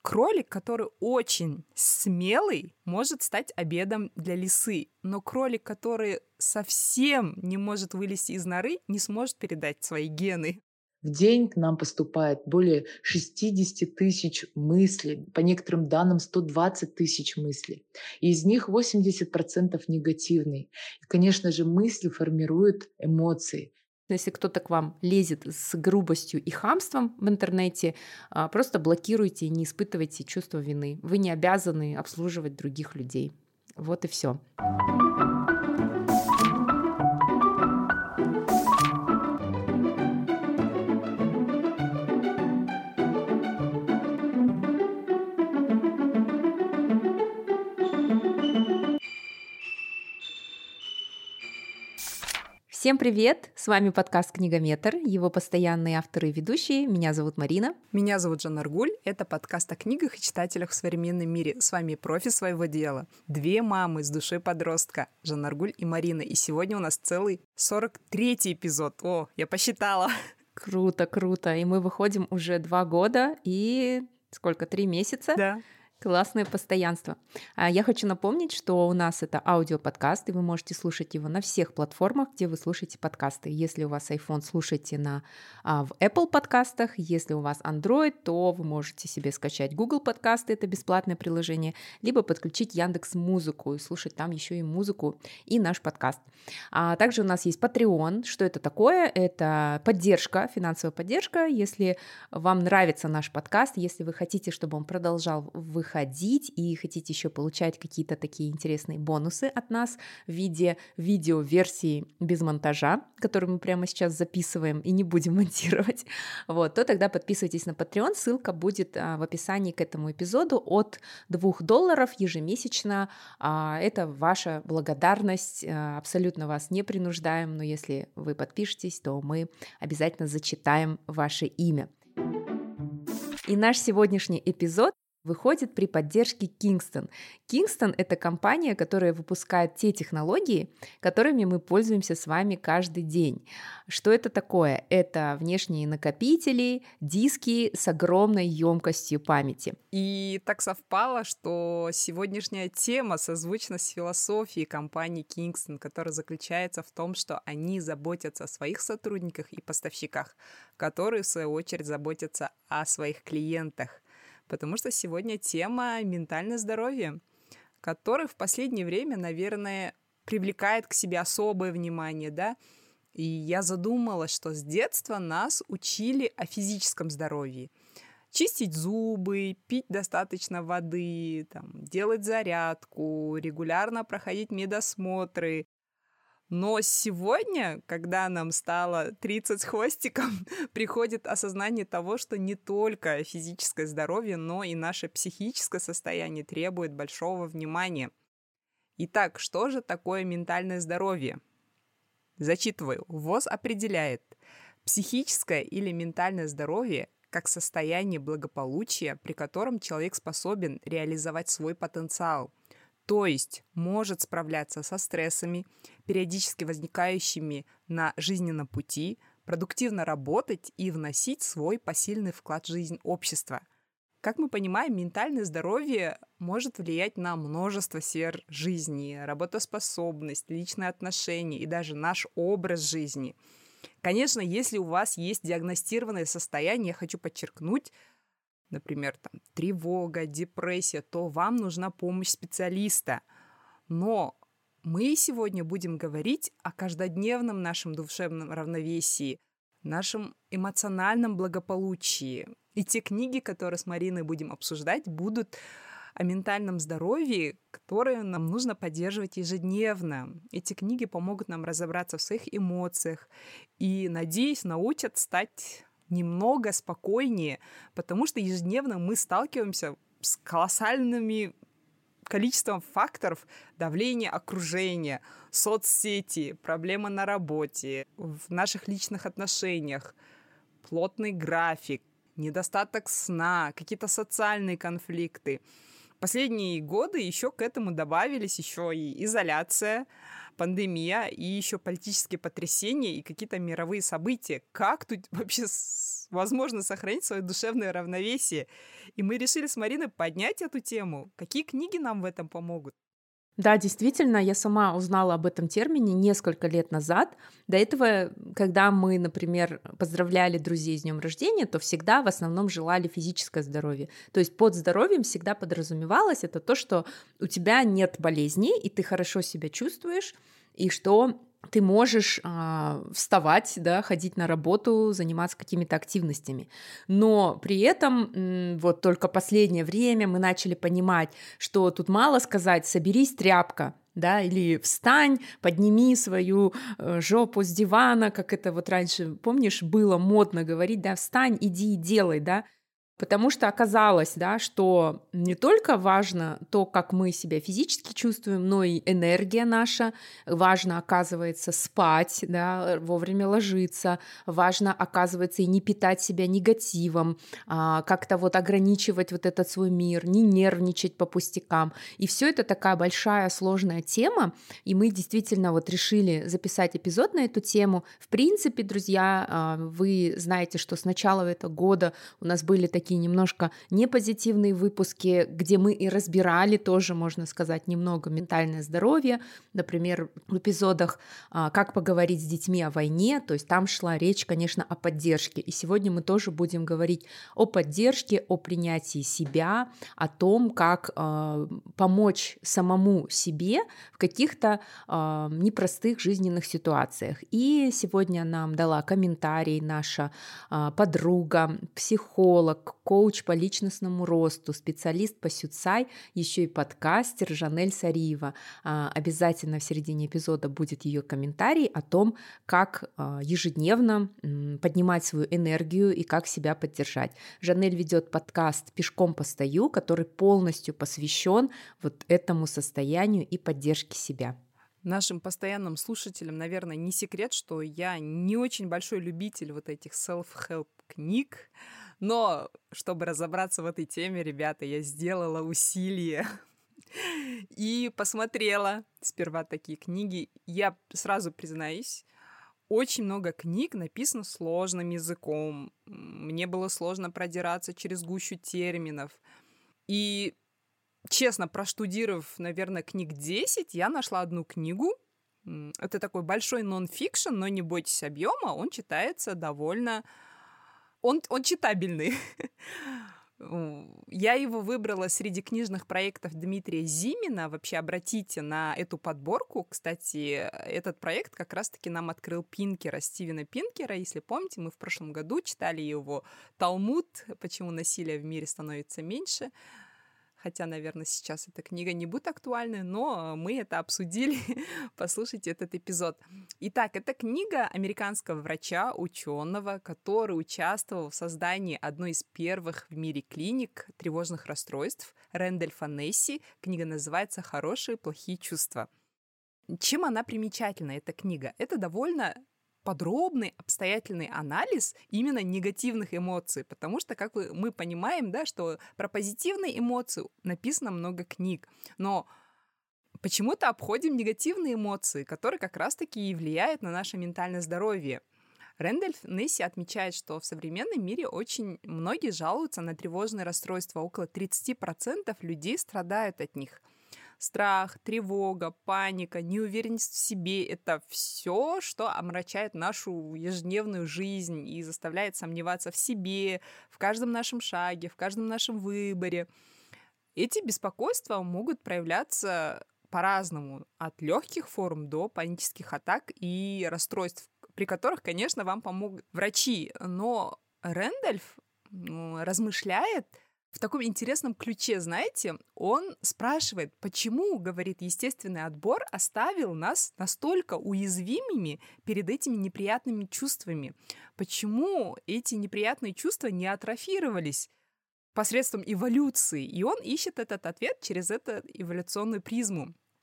Кролик, который очень смелый, может стать обедом для лисы, но кролик, который совсем не может вылезти из норы, не сможет передать свои гены. В день к нам поступает более 60 000 мыслей, по некоторым данным 120 000 мыслей. И из них 80% негативные. И, конечно же, мысли формируют эмоции. Если кто-то к вам лезет с грубостью и хамством в интернете, просто блокируйте и не испытывайте чувство вины. Вы не обязаны обслуживать других людей. Вот и все. Всем привет! С вами подкаст «Книгометр», его постоянные авторы и ведущие. Меня зовут Марина. Меня зовут Жанаргуль. Это подкаст о книгах и читателях в современном мире. С вами профи своего дела. Две мамы с душой подростка. Жанаргуль и Марина. И сегодня у нас целый 43-й эпизод. О, я посчитала. Круто, круто. И мы выходим уже 2 года и 3 месяца? Да. Классное постоянство. Я хочу напомнить, что у нас это аудиоподкаст, и вы можете слушать его на всех платформах, где вы слушаете подкасты. Если у вас iPhone, слушайте в Apple подкастах. Если у вас Android, то вы можете себе скачать Google подкасты, это бесплатное приложение, либо подключить Яндекс.Музыку и слушать там еще и музыку, и наш подкаст. Также у нас есть Patreon. Что это такое? Это поддержка, финансовая поддержка. Если вам нравится наш подкаст, если вы хотите, чтобы он продолжал выходить и хотите еще получать какие-то такие интересные бонусы от нас в виде видео-версии без монтажа, которую мы прямо сейчас записываем и не будем монтировать, то тогда подписывайтесь на Patreon, ссылка будет в описании к этому эпизоду от $2 ежемесячно. Это ваша благодарность, абсолютно вас не принуждаем, но если вы подпишетесь, то мы обязательно зачитаем ваше имя. И наш сегодняшний эпизод выходит при поддержке Kingston. Kingston — это компания, которая выпускает те технологии, которыми мы пользуемся с вами каждый день. Что это такое? Это внешние накопители, диски с огромной емкостью памяти. И так совпало, что сегодняшняя тема созвучна с философией компании Kingston, которая заключается в том, что они заботятся о своих сотрудниках и поставщиках, которые, в свою очередь, заботятся о своих клиентах. Потому что сегодня тема ментальное здоровье, которое в последнее время, наверное, привлекает к себе особое внимание, да? И я задумалась, что с детства нас учили о физическом здоровье. Чистить зубы, пить достаточно воды, делать зарядку, регулярно проходить медосмотры. Но сегодня, когда нам стало 30 с хвостиком, приходит осознание того, что не только физическое здоровье, но и наше психическое состояние требует большого внимания. Итак, что же такое ментальное здоровье? Зачитываю. ВОЗ определяет психическое или ментальное здоровье как состояние благополучия, при котором человек способен реализовать свой потенциал, то есть может справляться со стрессами, периодически возникающими на жизненном пути, продуктивно работать и вносить свой посильный вклад в жизнь общества. Как мы понимаем, ментальное здоровье может влиять на множество сфер жизни, работоспособность, личные отношения и даже наш образ жизни. Конечно, если у вас есть диагностированное состояние, я хочу подчеркнуть, например, тревога, депрессия, то вам нужна помощь специалиста. Но мы сегодня будем говорить о каждодневном нашем душевном равновесии, нашем эмоциональном благополучии. И те книги, которые с Мариной будем обсуждать, будут о ментальном здоровье, которые нам нужно поддерживать ежедневно. Эти книги помогут нам разобраться в своих эмоциях и, надеюсь, научат стать немного спокойнее, потому что ежедневно мы сталкиваемся с колоссальными количеством факторов: давления окружения, соцсети, проблемы на работе, в наших личных отношениях, плотный график, недостаток сна, какие-то социальные конфликты. Последние годы еще к этому добавились еще и изоляция, пандемия, и еще политические потрясения и какие-то мировые события. Как тут вообще возможно сохранить свое душевное равновесие? И мы решили с Мариной поднять эту тему. Какие книги нам в этом помогут? Да, действительно, я сама узнала об этом термине несколько лет назад. До этого, когда мы, например, поздравляли друзей с днем рождения, то всегда в основном желали физическое здоровье. То есть под здоровьем всегда подразумевалось это то, что у тебя нет болезней, и ты хорошо себя чувствуешь, и что ты можешь вставать, да, ходить на работу, заниматься какими-то активностями. Но при этом вот только последнее время мы начали понимать, что тут мало сказать «соберись, тряпка», да, или «встань, подними свою жопу с дивана», как это вот раньше, помнишь, было модно говорить, да, «встань, иди и делай», да. Потому что оказалось, да, что не только важно то, как мы себя физически чувствуем, но и энергия наша. Важно, оказывается, спать, да, вовремя ложиться. Важно, оказывается, и не питать себя негативом, как-то вот ограничивать вот этот свой мир, не нервничать по пустякам. И все это такая большая сложная тема, и мы действительно вот решили записать эпизод на эту тему. В принципе, друзья, вы знаете, что с начала этого года у нас были такие немножко непозитивные выпуски, где мы и разбирали тоже, можно сказать, немного ментальное здоровье. Например, в эпизодах «Как поговорить с детьми о войне», то есть там шла речь, конечно, о поддержке. И сегодня мы тоже будем говорить о поддержке, о принятии себя, о том, как помочь самому себе в каких-то непростых жизненных ситуациях. И сегодня нам дала комментарий наша подруга, психолог, коуч по личностному росту, специалист по сюцай, еще и подкастер Жанель Сариева. Обязательно в середине эпизода будет ее комментарий о том, как ежедневно поднимать свою энергию и как себя поддержать. Жанель ведет подкаст «Пешком постою», который полностью посвящен вот этому состоянию и поддержке себя. Нашим постоянным слушателям, наверное, не секрет, что я не очень большой любитель вот этих self-help книг, но чтобы разобраться в этой теме, ребята, я сделала усилие и посмотрела сперва такие книги. Я сразу признаюсь, очень много книг написано сложным языком. Мне было сложно продираться через гущу терминов. И, честно, проштудировав, наверное, книг 10, я нашла одну книгу. Это такой большой нон-фикшн, но не бойтесь объема, он читается довольно... Он читабельный. Я его выбрала среди книжных проектов Дмитрия Зимина. Вообще обратите на эту подборку. Кстати, этот проект как раз-таки нам открыл Пинкера, Стивена Пинкера. Если помните, мы в прошлом году читали его «Талмуд. Почему насилие в мире становится меньше». Хотя, наверное, сейчас эта книга не будет актуальной, но мы это обсудили. Послушайте этот эпизод. Итак, это книга американского врача, ученого, который участвовал в создании одной из первых в мире клиник тревожных расстройств Рэндольфа Несси. Книга называется «Хорошие и плохие чувства». Чем она примечательна, эта книга? Это довольно подробный, обстоятельный анализ именно негативных эмоций, потому что, как мы понимаем, да, что про позитивные эмоции написано много книг, но почему-то обходим негативные эмоции, которые как раз-таки и влияют на наше ментальное здоровье. Рэндольф Несси отмечает, что в современном мире очень многие жалуются на тревожные расстройства, около 30% людей страдают от них. Страх, тревога, паника, неуверенность в себе — это все, что омрачает нашу ежедневную жизнь и заставляет сомневаться в себе, в каждом нашем шаге, в каждом нашем выборе. Эти беспокойства могут проявляться по-разному, от легких форм до панических атак и расстройств, при которых, конечно, вам помогут врачи. Но Рэндольф размышляет в таком интересном ключе, знаете, он спрашивает, почему, говорит, естественный отбор оставил нас настолько уязвимыми перед этими неприятными чувствами? Почему эти неприятные чувства не атрофировались посредством эволюции? И он ищет этот ответ через эту эволюционную призму.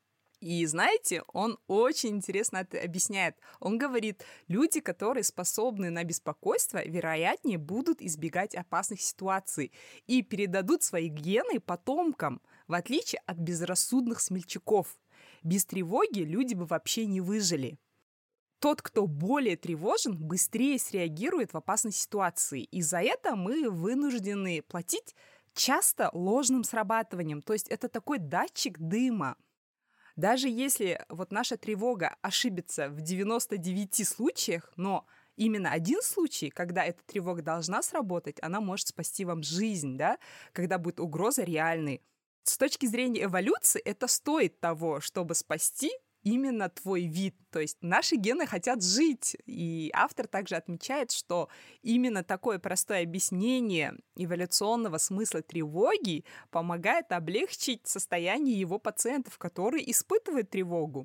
И знаете, он очень интересно это объясняет. Он говорит, люди, которые способны на беспокойство, вероятнее будут избегать опасных ситуаций и передадут свои гены потомкам, в отличие от безрассудных смельчаков. Без тревоги люди бы вообще не выжили. Тот, кто более тревожен, быстрее среагирует в опасной ситуации. И за это мы вынуждены платить часто ложным срабатыванием. То есть это такой датчик дыма. Даже если вот наша тревога ошибется в 99 случаях, но именно один случай, когда эта тревога должна сработать, она может спасти вам жизнь, да, когда будет угроза реальной. С точки зрения эволюции это стоит того, чтобы спасти именно твой вид. То есть наши гены хотят жить. И автор также отмечает, что именно такое простое объяснение эволюционного смысла тревоги помогает облегчить состояние его пациентов, которые испытывают тревогу.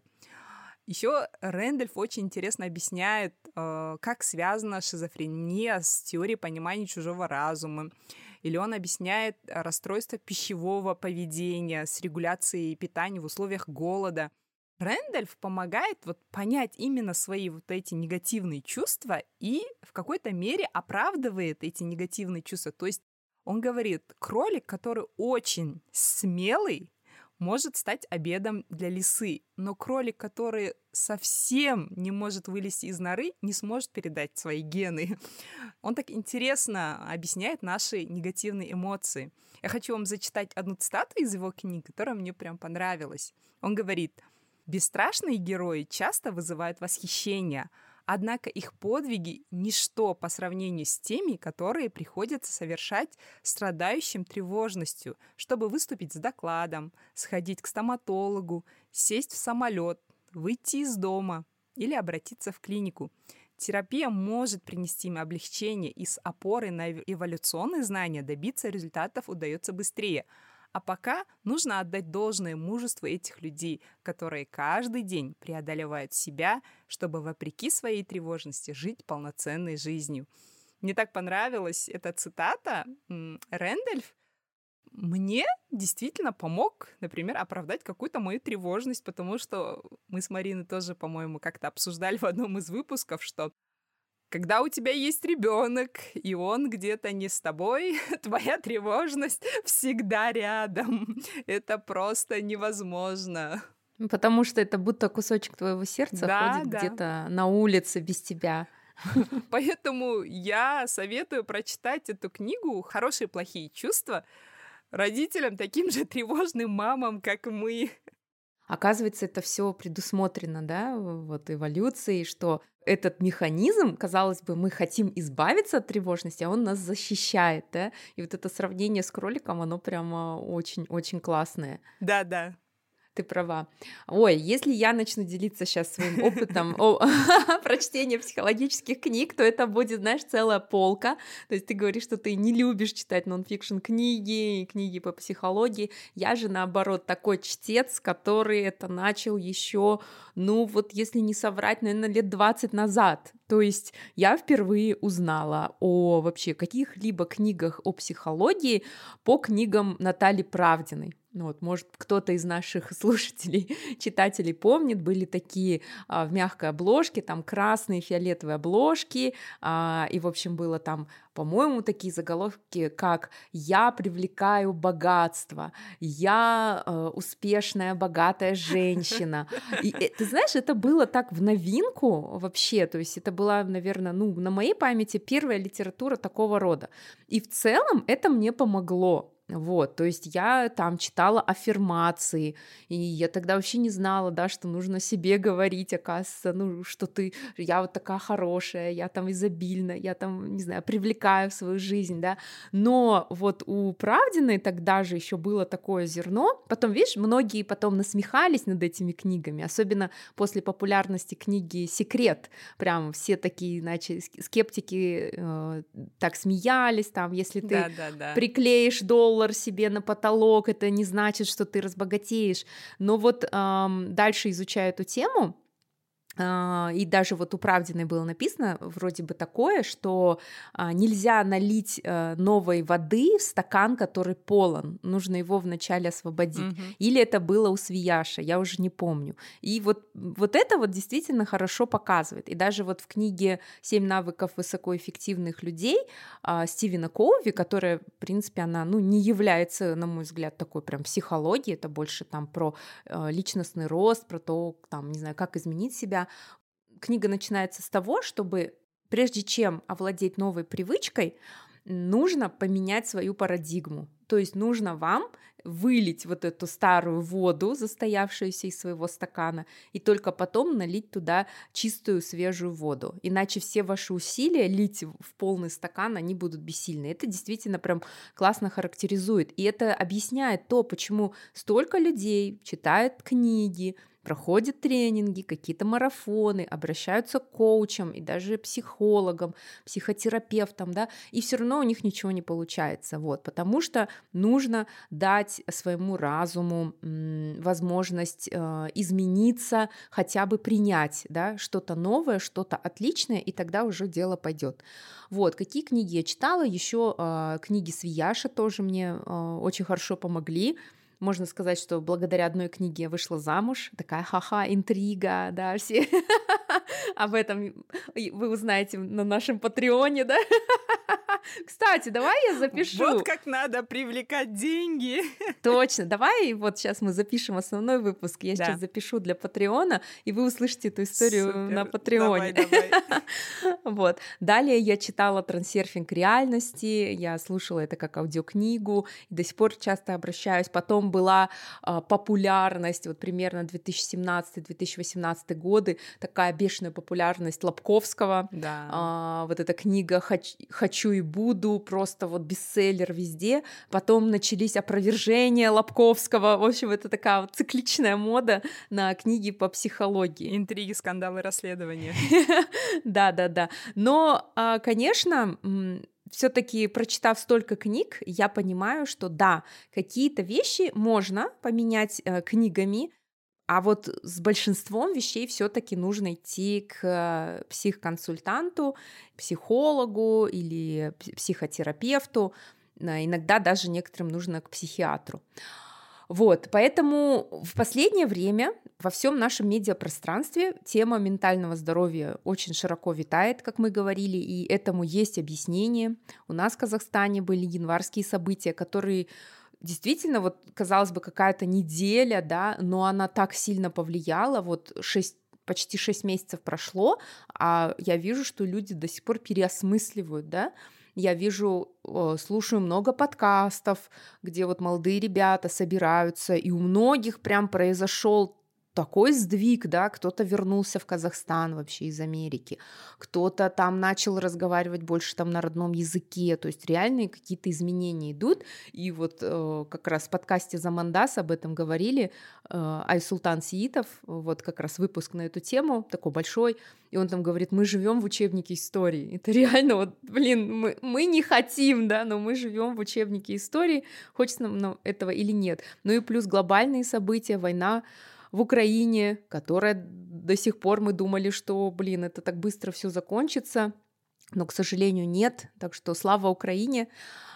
Еще Рэндольф очень интересно объясняет, как связана шизофрения с теорией понимания чужого разума. Или он объясняет расстройство пищевого поведения с регуляцией питания в условиях голода. Рэндольф помогает вот понять именно свои вот эти негативные чувства и в какой-то мере оправдывает эти негативные чувства. То есть он говорит, кролик, который очень смелый, может стать обедом для лисы, но кролик, который совсем не может вылезти из норы, не сможет передать свои гены. Он так интересно объясняет наши негативные эмоции. Я хочу вам зачитать одну цитату из его книги, которая мне прям понравилась. Он говорит: «Бесстрашные герои часто вызывают восхищение, однако их подвиги – ничто по сравнению с теми, которые приходится совершать страдающим тревожностью, чтобы выступить с докладом, сходить к стоматологу, сесть в самолет, выйти из дома или обратиться в клинику. Терапия может принести им облегчение, и с опорой на эволюционные знания добиться результатов удается быстрее. А пока нужно отдать должное мужеству этих людей, которые каждый день преодолевают себя, чтобы вопреки своей тревожности жить полноценной жизнью». Мне так понравилась эта цитата. Рэндольф мне действительно помог, например, оправдать какую-то мою тревожность, потому что мы с Мариной тоже, по-моему, как-то обсуждали в одном из выпусков, что когда у тебя есть ребенок, и он где-то не с тобой, твоя тревожность всегда рядом. Это просто невозможно. Потому что это будто кусочек твоего сердца ходит где-то на улице без тебя. Поэтому я советую прочитать эту книгу «Хорошие и плохие чувства» родителям, таким же тревожным мамам, как мы. Оказывается, это все предусмотрено, да, вот эволюцией, что этот механизм, казалось бы, мы хотим избавиться от тревожности, а он нас защищает, да, и вот это сравнение с кроликом, оно прямо очень-очень классное. Да. Ты права. Ой, если я начну делиться сейчас своим опытом прочтения психологических книг, то это будет, знаешь, целая полка. То есть ты говоришь, что ты не любишь читать нон-фикшн книги, книги по психологии. Я же, наоборот, такой чтец, который это начал еще, ну вот если не соврать, наверное, лет 20 назад. То есть я впервые узнала о вообще каких-либо книгах о психологии по книгам Натальи Правдиной. Ну вот, может, кто-то из наших слушателей, читателей помнит, были такие в мягкой обложке, там красные, фиолетовые обложки, и, в общем, было там, по-моему, такие заголовки, как «Я привлекаю богатство», «Я успешная, богатая женщина». И ты знаешь, это было так в новинку вообще, то есть это была, наверное, на моей памяти первая литература такого рода. И в целом это мне помогло. Вот, то есть я там читала аффирмации, и я тогда вообще не знала, да, что нужно себе говорить, оказывается, что я вот такая хорошая, я там изобильна, я там, не знаю, привлекаю в свою жизнь, да, но вот у Правдиной тогда же еще было такое зерно, потом, видишь, многие потом насмехались над этими книгами, особенно после популярности книги «Секрет», прям все такие, значит, скептики так смеялись, там, если ты приклеишь $1 себе на потолок, это не значит, что ты разбогатеешь. Но вот дальше изучая эту тему, И даже вот у Правдиной было написано вроде бы такое, что нельзя налить новой воды в стакан, который полон, нужно его вначале освободить. Или это было у Свияша, я уже не помню. И вот это вот действительно хорошо показывает. И даже вот в книге «7 навыков высокоэффективных людей» Стивена Коуви, которая, в принципе, она не является, на мой взгляд, такой прям психологией, это больше там про личностный рост, про то, там, не знаю, как изменить себя. Книга начинается с того, чтобы прежде чем овладеть новой привычкой, нужно поменять свою парадигму. То есть нужно вам вылить вот эту старую воду, застоявшуюся из своего стакана, и только потом налить туда чистую, свежую воду. Иначе все ваши усилия лить в полный стакан, они будут бессильны. Это действительно прям классно характеризует. И это объясняет то, почему столько людей читают книги, проходят тренинги, какие-то марафоны, обращаются к коучам и даже психологам, психотерапевтам, да, и все равно у них ничего не получается, вот, потому что нужно дать своему разуму возможность измениться, хотя бы принять, да, что-то новое, что-то отличное, и тогда уже дело пойдет. Вот, какие книги я читала, еще книги Свияша тоже мне очень хорошо помогли. Можно сказать, что благодаря одной книге я вышла замуж. Такая ха-ха, интрига, да, все об этом вы узнаете на нашем Патреоне, да? Кстати, давай я запишу. Вот как надо привлекать деньги. Точно, давай вот сейчас мы запишем основной выпуск, я сейчас запишу для Патреона, и вы услышите эту историю на Патреоне. Давай. Вот. Далее я читала «Трансерфинг реальности», я слушала это как аудиокнигу, и до сих пор часто обращаюсь. Потом была популярность, вот примерно 2017-2018 годы, такая бешеная популярность Лобковского. Да. Вот эта книга «Хочу и буду», просто вот бестселлер везде. Потом начались опровержения Лобковского. В общем, это такая вот цикличная мода на книги по психологии. Интриги, скандалы, расследования. Да. Но, конечно, все-таки прочитав столько книг, я понимаю, что да, какие-то вещи можно поменять книгами, а вот с большинством вещей все-таки нужно идти к психконсультанту, психологу или психотерапевту. Иногда даже некоторым нужно к психиатру. Вот, поэтому в последнее время во всем нашем медиапространстве тема ментального здоровья очень широко витает, как мы говорили, и этому есть объяснение. У нас в Казахстане были январские события, которые действительно, вот, казалось бы, какая-то неделя, да, но она так сильно повлияла, вот почти 6 месяцев прошло, а я вижу, что люди до сих пор переосмысливают, да. Я вижу, слушаю много подкастов, где вот молодые ребята собираются, и у многих прям произошел такой сдвиг, да, кто-то вернулся в Казахстан вообще из Америки, кто-то там начал разговаривать больше там на родном языке, то есть реальные какие-то изменения идут, и вот как раз в подкасте «Замандас» об этом говорили, Айсултан Сиитов, вот как раз выпуск на эту тему, такой большой, и он там говорит, мы живем в учебнике истории, это реально вот, блин, мы не хотим, да, но мы живем в учебнике истории, хочется нам этого или нет, ну и плюс глобальные события, война в Украине, которая до сих пор мы думали, что, блин, это так быстро все закончится, но, к сожалению, нет. Так что слава Украине.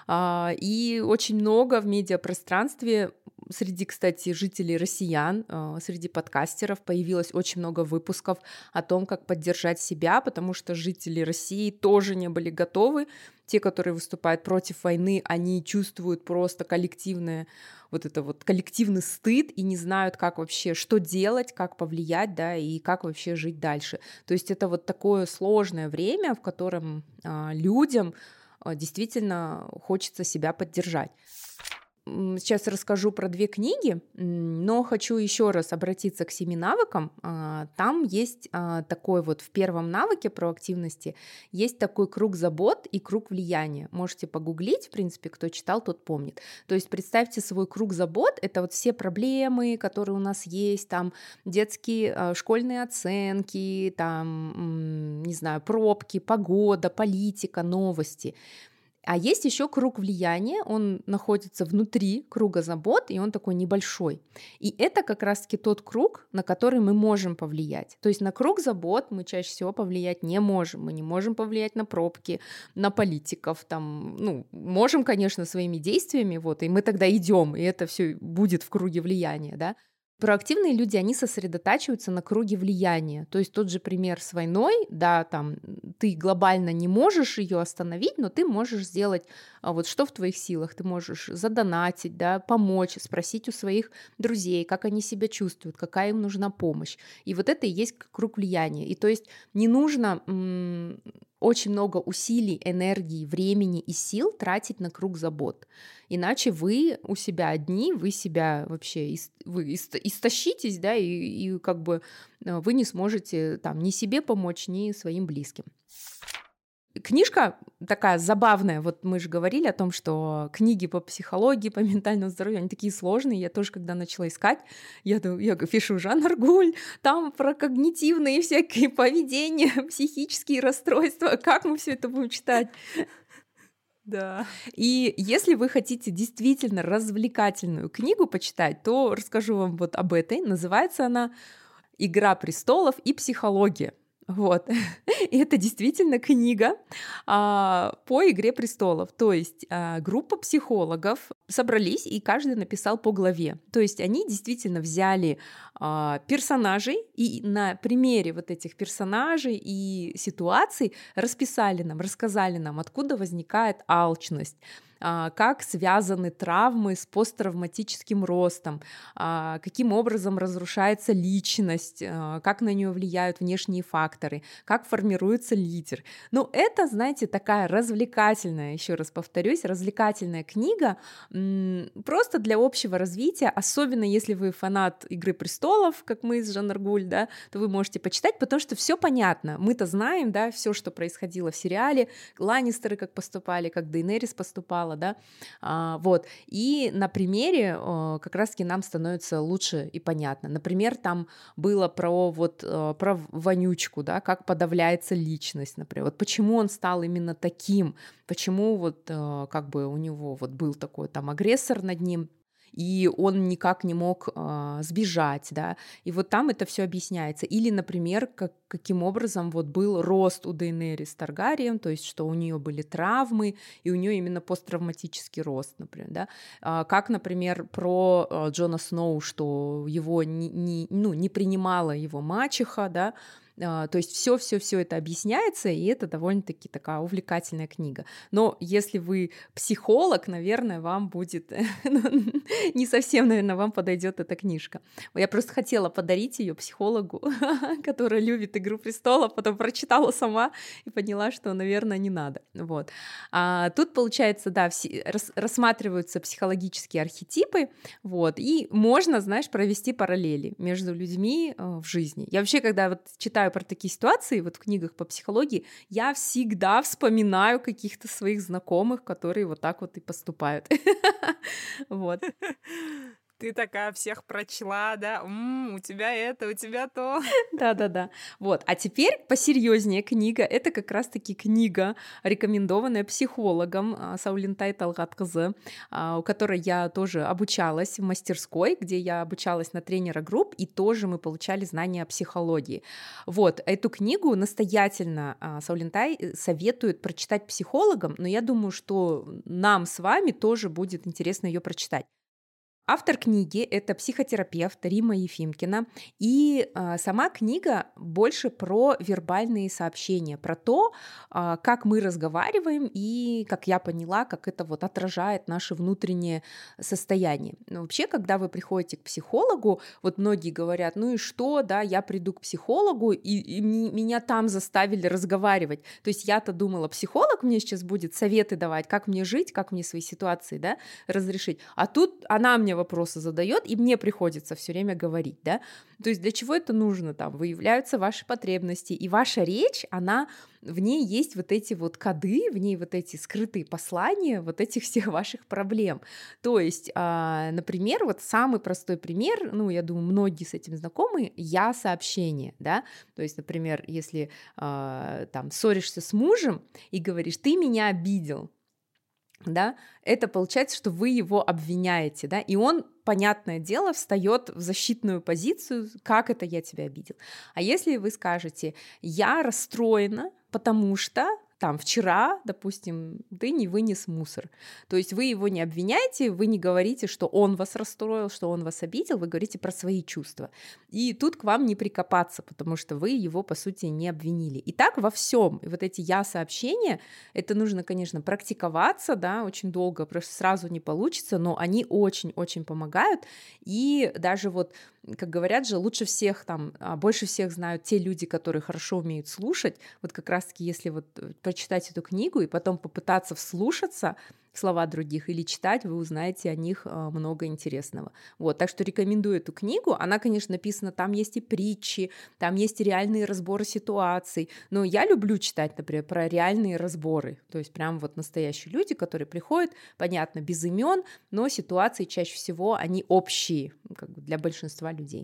И очень много в медиапространстве среди, кстати, жителей россиян, среди подкастеров появилось очень много выпусков о том, как поддержать себя, потому что жители России тоже не были готовы. Те, которые выступают против войны, они чувствуют просто коллективный стыд и не знают, как вообще, что делать, как повлиять, да, и как вообще жить дальше. То есть это вот такое сложное время, в котором людям действительно хочется себя поддержать. Сейчас расскажу про 2 книги, но хочу еще раз обратиться к 7 навыкам. Там есть такой вот в первом навыке проактивности есть такой круг забот и круг влияния. Можете погуглить, в принципе, кто читал, тот помнит. То есть представьте свой круг забот, это вот все проблемы, которые у нас есть, там детские школьные оценки, там, не знаю, пробки, погода, политика, новости. А есть еще круг влияния, он находится внутри круга забот, и он такой небольшой. И это как раз-таки тот круг, на который мы можем повлиять. То есть на круг забот мы чаще всего повлиять не можем. Мы не можем повлиять на пробки, на политиков. Там, ну, можем, конечно, своими действиями, вот, и мы тогда идем, и это все будет в круге влияния, да. Проактивные люди, они сосредотачиваются на круге влияния. То есть тот же пример с войной, да, там ты глобально не можешь ее остановить, но ты можешь сделать вот что в твоих силах. Ты можешь задонатить, да, помочь, спросить у своих друзей, как они себя чувствуют, какая им нужна помощь. И вот это и есть круг влияния. И то есть не нужно очень много усилий, энергии, времени и сил тратить на круг забот. Иначе вы у себя одни, вы себя вообще вы истощитесь, да, и как бы вы не сможете там ни себе помочь, ни своим близким. Книжка такая забавная, вот мы же говорили о том, что книги по психологии, по ментальному здоровью, они такие сложные, я тоже, когда начала искать, я пишу Жан Аргуль, там про когнитивные всякие поведения, психические расстройства, как мы все это будем читать? Да. И если вы хотите действительно развлекательную книгу почитать, то расскажу вам вот об этой, называется она «Игра престолов и психология». Вот. И это действительно книга по «Игре престолов». То есть группа психологов собрались, и каждый написал по главе. То есть они действительно взяли персонажей, и на примере вот этих персонажей и ситуаций расписали нам, рассказали нам, откуда возникает алчность, как связаны травмы с посттравматическим ростом, каким образом разрушается личность, как на нее влияют внешние факторы, как формируется лидер. Ну, это, знаете, такая развлекательная, еще раз повторюсь, развлекательная книга, просто для общего развития, особенно если вы фанат «Игры престолов», как мы с Жан Аргуль, да, то вы можете почитать, потому что все понятно. Мы-то знаем, да, все, что происходило в сериале, Ланнистеры как поступали, как Дейенерис поступала, да, вот. И на примере как раз-таки нам становится лучше и понятно. Например, там было про вонючку, да, как подавляется личность, например. Вот почему он стал именно таким, почему вот как бы у него вот был такой там агрессор над ним, и он никак не мог сбежать, да, и вот там это все объясняется. Или, например, каким образом вот был рост у Дейенерис Таргариен, то есть что у нее были травмы, и у нее именно посттравматический рост, например, да. Как, например, про Джона Сноу, что его не принимала его мачеха, да. То есть все это объясняется, и это довольно-таки такая увлекательная книга. Но если вы психолог, наверное, вам будет не совсем, наверное, вам подойдет эта книжка. Я просто хотела подарить ее психологу, которая любит «Игру престолов», потом прочитала сама и поняла, что, наверное, не надо. Вот. Тут, получается, да, рассматриваются психологические архетипы, вот, и можно, знаешь, провести параллели между людьми в жизни. Я вообще, когда вот читаю про такие ситуации, вот в книгах по психологии, я всегда вспоминаю каких-то своих знакомых, которые вот так вот и поступают. Вот. Ты такая всех прочла, да? У тебя это, у тебя то. Да. Вот. А теперь посерьезнее книга. Это как раз-таки книга, рекомендованная психологом Саулинтай Талгат Кызы, у которой я тоже обучалась в мастерской, где я обучалась на тренера групп, и тоже мы получали знания о психологии. Вот. Эту книгу настоятельно Саулинтай советует прочитать психологам, но я думаю, что нам с вами тоже будет интересно ее прочитать. Автор книги — это психотерапевт Римма Ефимкина, и сама книга больше про вербальные сообщения, про то, как мы разговариваем и, как я поняла, как это вот отражает наше внутреннее состояние. Но вообще, когда вы приходите к психологу, вот многие говорят, ну и что, да, я приду к психологу, и меня там заставили разговаривать. То есть я-то думала, психолог мне сейчас будет советы давать, как мне жить, как мне свои ситуации, да, разрешить. А тут она мне вопросы задает, и мне приходится все время говорить, да. То есть для чего это нужно? Там выявляются ваши потребности, и ваша речь, она, в ней есть вот эти вот коды, в ней вот эти скрытые послания вот этих всех ваших проблем. То есть, например, вот самый простой пример, ну, я думаю, многие с этим знакомы, я-сообщение, да. То есть, например, если там ссоришься с мужем и говоришь, ты меня обидел, да, это получается, что вы его обвиняете, да, и он, понятное дело, встает в защитную позицию, как это я тебя обидел. А если вы скажете, я расстроена, потому что там вчера, допустим, ты не вынес мусор. То есть вы его не обвиняете, вы не говорите, что он вас расстроил, что он вас обидел, вы говорите про свои чувства. И тут к вам не прикопаться, потому что вы его, по сути, не обвинили. И так во всем. И вот эти я-сообщения, это нужно, конечно, практиковаться, да, очень долго, просто сразу не получится, но они очень-очень помогают. И даже вот, как говорят же, лучше всех там, больше всех знают те люди, которые хорошо умеют слушать. Вот как раз-таки, если вот прочитать эту книгу и потом попытаться вслушаться в слова других или читать, вы узнаете о них много интересного. Вот, так что рекомендую эту книгу. Она, конечно, написана, там есть и притчи, там есть и реальные разборы ситуаций. Но я люблю читать, например, про реальные разборы. То есть прям вот настоящие люди, которые приходят, понятно, без имен, но ситуации чаще всего, они общие, как бы для большинства людей.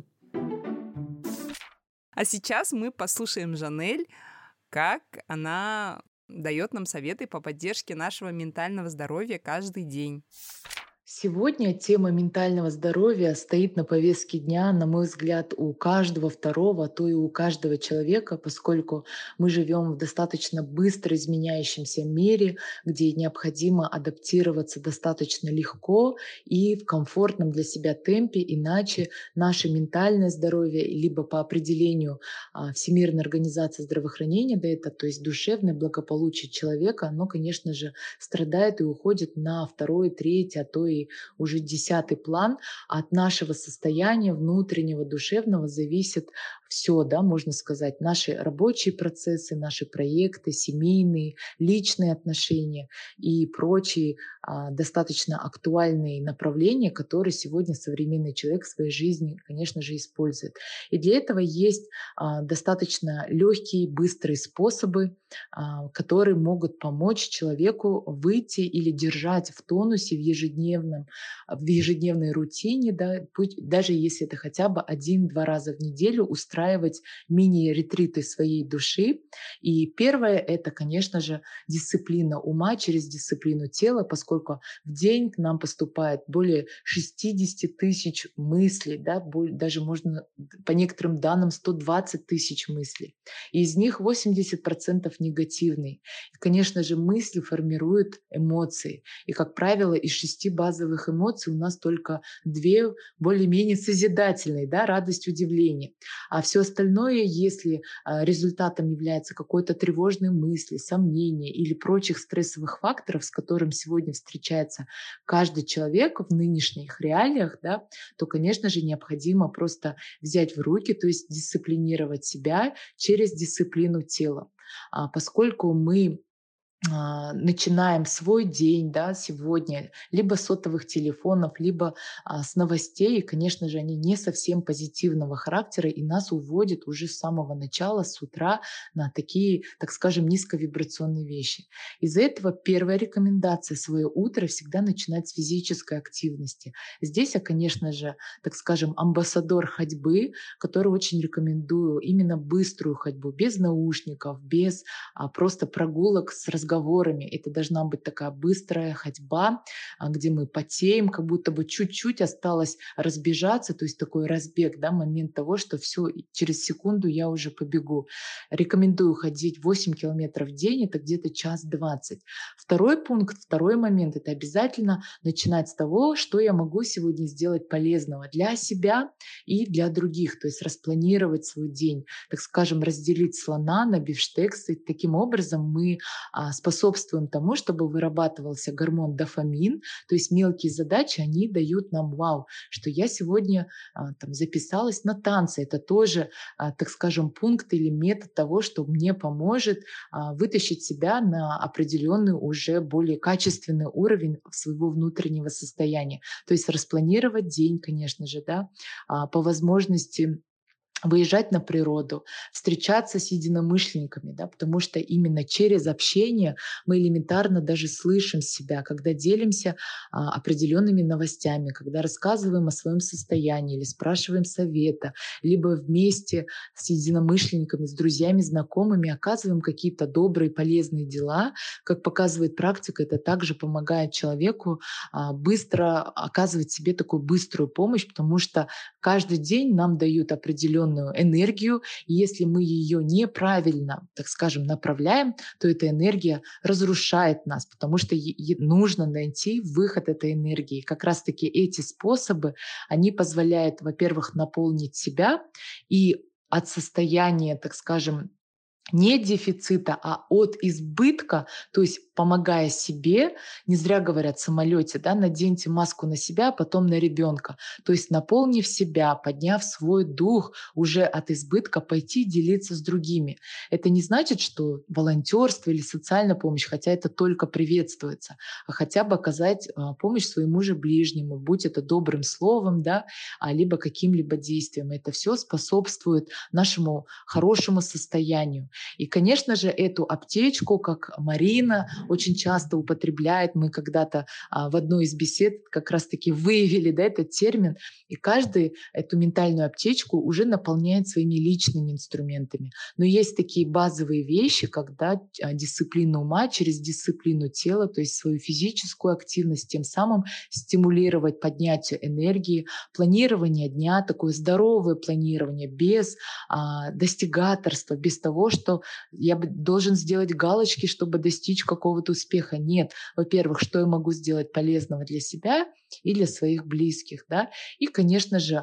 А сейчас мы послушаем Жанель, как она дает нам советы по поддержке нашего ментального здоровья каждый день. Сегодня тема ментального здоровья стоит на повестке дня, на мой взгляд, у каждого второго, а то и у каждого человека, поскольку мы живем в достаточно быстро изменяющемся мире, где необходимо адаптироваться достаточно легко и в комфортном для себя темпе, иначе наше ментальное здоровье, либо по определению Всемирной организации здравоохранения, да, это, то есть душевное благополучие человека, оно, конечно же, страдает и уходит на второй, третий, а то и уже 10-й план. От нашего состояния внутреннего, душевного зависит все, да, можно сказать, наши рабочие процессы, наши проекты, семейные, личные отношения и прочие достаточно актуальные направления, которые сегодня современный человек в своей жизни, конечно же, использует. И для этого есть достаточно легкие, быстрые способы, которые могут помочь человеку выйти или держать в тонусе в ежедневной рутине, да, даже если это хотя бы 1-2 раза в неделю устраивать мини-ретриты своей души. И первое — это, конечно же, дисциплина ума через дисциплину тела, поскольку в день к нам поступает более 60 тысяч мыслей, да, даже можно по некоторым данным 120 тысяч мыслей. И из них 80% негативные. И, конечно же, мысли формируют эмоции. И, как правило, из 6 базовых эмоций у нас только 2 более-менее созидательные, да, радость, удивление. А все остальное, если результатом является какой-то тревожной мысли, сомнения или прочих стрессовых факторов, с которым сегодня встречается каждый человек в нынешних реалиях, да, то, конечно же, необходимо просто взять в руки, то есть дисциплинировать себя через дисциплину тела. Поскольку мы начинаем свой день, да, сегодня либо с сотовых телефонов, либо с новостей. И, конечно же, они не совсем позитивного характера и нас уводят уже с самого начала, с утра на такие, так скажем, низковибрационные вещи. Из-за этого первая рекомендация — свое утро всегда начинать с физической активности. Здесь я, конечно же, так скажем, амбассадор ходьбы, который очень рекомендую именно быструю ходьбу, без наушников, без просто прогулок с разговорами. Это должна быть такая быстрая ходьба, где мы потеем, как будто бы чуть-чуть осталось разбежаться, то есть такой разбег, да, момент того, что все, через секунду я уже побегу. Рекомендую ходить 8 километров в день, это где-то час 20. Второй пункт, второй момент — это обязательно начинать с того, что я могу сегодня сделать полезного для себя и для других, то есть распланировать свой день, так скажем, разделить слона на бифштексы. Таким образом мы способствуем тому, чтобы вырабатывался гормон дофамин, то есть мелкие задачи, они дают нам вау, что я сегодня там записалась на танцы. Это тоже, так скажем, пункт или метод того, что мне поможет вытащить себя на определенный уже более качественный уровень своего внутреннего состояния. То есть распланировать день, конечно же, да, по возможности выезжать на природу, встречаться с единомышленниками, да, потому что именно через общение мы элементарно даже слышим себя, когда делимся определенными новостями, когда рассказываем о своем состоянии или спрашиваем совета, либо вместе с единомышленниками, с друзьями, знакомыми оказываем какие-то добрые, полезные дела. Как показывает практика, это также помогает человеку быстро оказывать себе такую быструю помощь, потому что каждый день нам дают определенную энергию, и если мы ее неправильно, так скажем, направляем, то эта энергия разрушает нас, потому что нужно найти выход этой энергии. Как раз-таки эти способы, они позволяют, во-первых, наполнить себя и от состояния, так скажем, не дефицита, а от избытка, то есть помогая себе, не зря говорят в самолете, да, наденьте маску на себя, а потом на ребенка. То есть наполнив себя, подняв свой дух, уже от избытка пойти делиться с другими. Это не значит, что волонтерство или социальная помощь, хотя это только приветствуется, а хотя бы оказать помощь своему же ближнему, будь это добрым словом, да, либо каким-либо действием. Это все способствует нашему хорошему состоянию. И, конечно же, эту аптечку, как Марина очень часто употребляет, мы когда-то в одной из бесед как раз-таки выявили, да, этот термин, и каждый эту ментальную аптечку уже наполняет своими личными инструментами. Но есть такие базовые вещи, когда дисциплина ума через дисциплину тела, то есть свою физическую активность, тем самым стимулировать поднятие энергии, планирование дня, такое здоровое планирование, без достигаторства, без того, что я должен сделать галочки, чтобы достичь какого-то успеха. Нет. Во-первых, что я могу сделать полезного для себя и для своих близких, да? И, конечно же,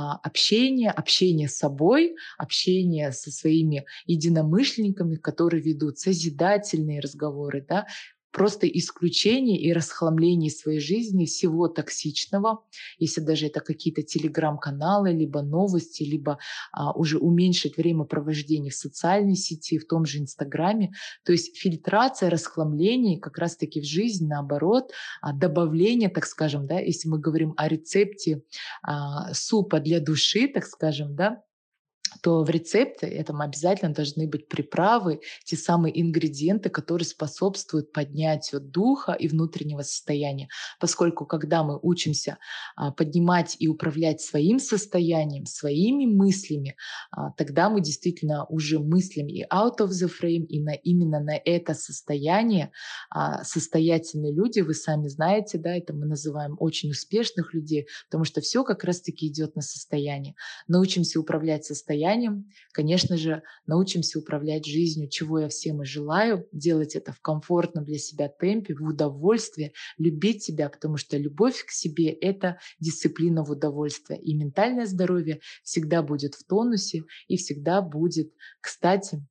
общение с собой, общение со своими единомышленниками, которые ведут созидательные разговоры, да? Просто исключение и расхламление своей жизни всего токсичного, если даже это какие-то телеграм-каналы, либо новости, либо уже уменьшить время провождения в социальной сети, в том же Инстаграме. То есть фильтрация, расхламление как раз-таки в жизнь, наоборот, добавление, так скажем, да, если мы говорим о рецепте супа для души, так скажем, да, то в рецепте этом обязательно должны быть приправы, те самые ингредиенты, которые способствуют поднятию духа и внутреннего состояния. Поскольку когда мы учимся поднимать и управлять своим состоянием, своими мыслями, тогда мы действительно уже мыслим и out of the frame, и именно на это состояние состоятельные люди, вы сами знаете, да, это мы называем очень успешных людей, потому что все как раз-таки идет на состояние. Научимся управлять состоянием, конечно же, научимся управлять жизнью, чего я всем и желаю, делать это в комфортном для себя темпе, в удовольствии, любить себя, потому что любовь к себе — это дисциплина в удовольствие. И ментальное здоровье всегда будет в тонусе и всегда будет, кстати,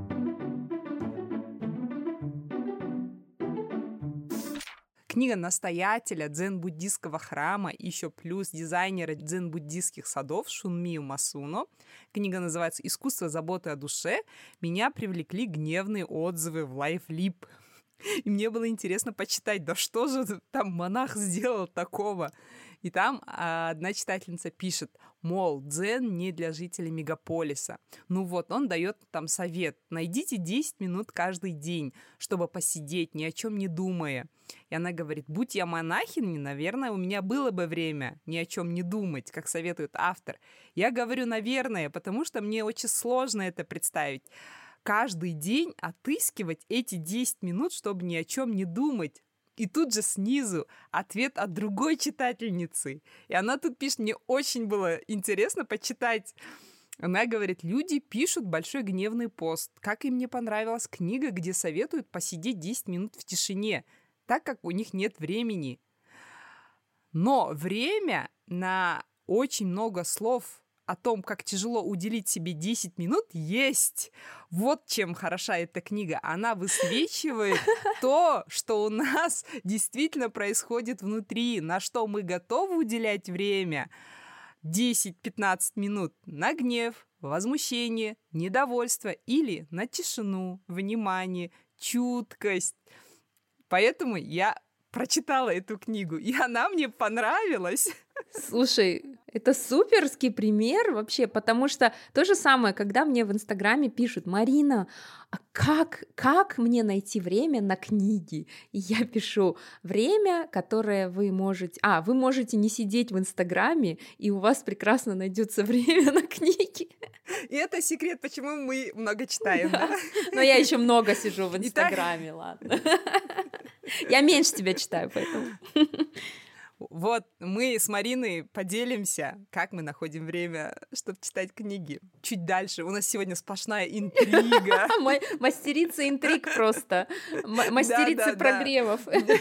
Книга настоятеля дзен-буддийского храма и еще плюс дизайнера дзен-буддийских садов Шунмио Масуно. Книга называется «Искусство заботы о душе». Меня привлекли гневные отзывы в LiveLib. И мне было интересно почитать, да что же там монах сделал такого? И там одна читательница пишет, мол, дзен не для жителей мегаполиса. Ну вот, он дает там совет. Найдите 10 минут каждый день, чтобы посидеть, ни о чем не думая. И она говорит, будь я монахиней, наверное, у меня было бы время ни о чем не думать, как советует автор. Я говорю, наверное, потому что мне очень сложно это представить. Каждый день отыскивать эти 10 минут, чтобы ни о чем не думать. И тут же снизу ответ от другой читательницы. И она тут пишет, мне очень было интересно почитать. Она говорит, люди пишут большой гневный пост. Как им не понравилась книга, где советуют посидеть 10 минут в тишине, так как у них нет времени. Но время на очень много слов о том, как тяжело уделить себе 10 минут, есть. Вот чем хороша эта книга. Она высвечивает то, что у нас действительно происходит внутри, на что мы готовы уделять время. 10-15 минут на гнев, возмущение, недовольство или на тишину, внимание, чуткость. Поэтому я прочитала эту книгу, и она мне понравилась. Слушай, Это суперский пример вообще, потому что то же самое, когда мне в Инстаграме пишут: Марина, а как мне найти время на книги? И я пишу: время, которое вы можете... вы можете не сидеть в Инстаграме, и у вас прекрасно найдется время на книги. И это секрет, почему мы много читаем, да? Но я еще много сижу в Инстаграме, ладно. Я меньше тебя читаю, поэтому... Вот, мы с Мариной поделимся, как мы находим время, чтобы читать книги. Чуть дальше. У нас сегодня сплошная интрига. Мастерица интриг просто. Мастерица прогревов.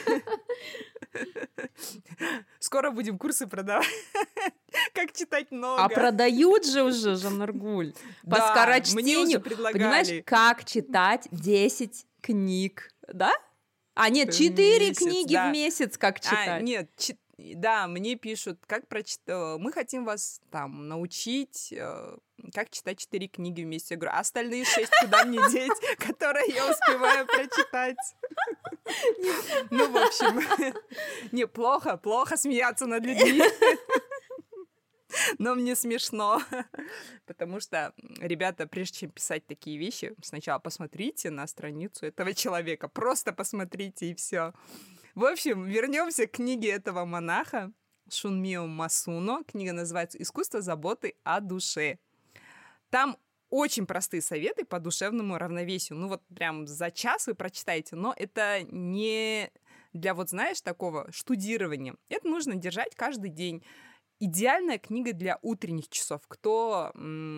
Скоро будем курсы продавать. Как читать много. А продают же уже, Жаннаргуль. По скорочтению. Мне уже предлагали. Понимаешь, как читать 10 книг, да? А нет, 4 книги в месяц как читать. Нет, да, мне пишут, как прочитать. Мы хотим вас там научить, как читать 4 книги в месяц. Я говорю, а остальные 6 куда мне деть, которые я успеваю прочитать? Ну, в общем, плохо смеяться над людьми. Но мне смешно, потому что, ребята, прежде чем писать такие вещи, сначала посмотрите на страницу этого человека, просто посмотрите, и все. В общем, вернемся к книге этого монаха Шунмио Масуно. Книга называется «Искусство заботы о душе». Там очень простые советы по душевному равновесию. Ну вот прям за час вы прочитаете, но это не для вот, знаешь, такого штудирования. Это нужно держать каждый день. Идеальная книга для утренних часов. Кто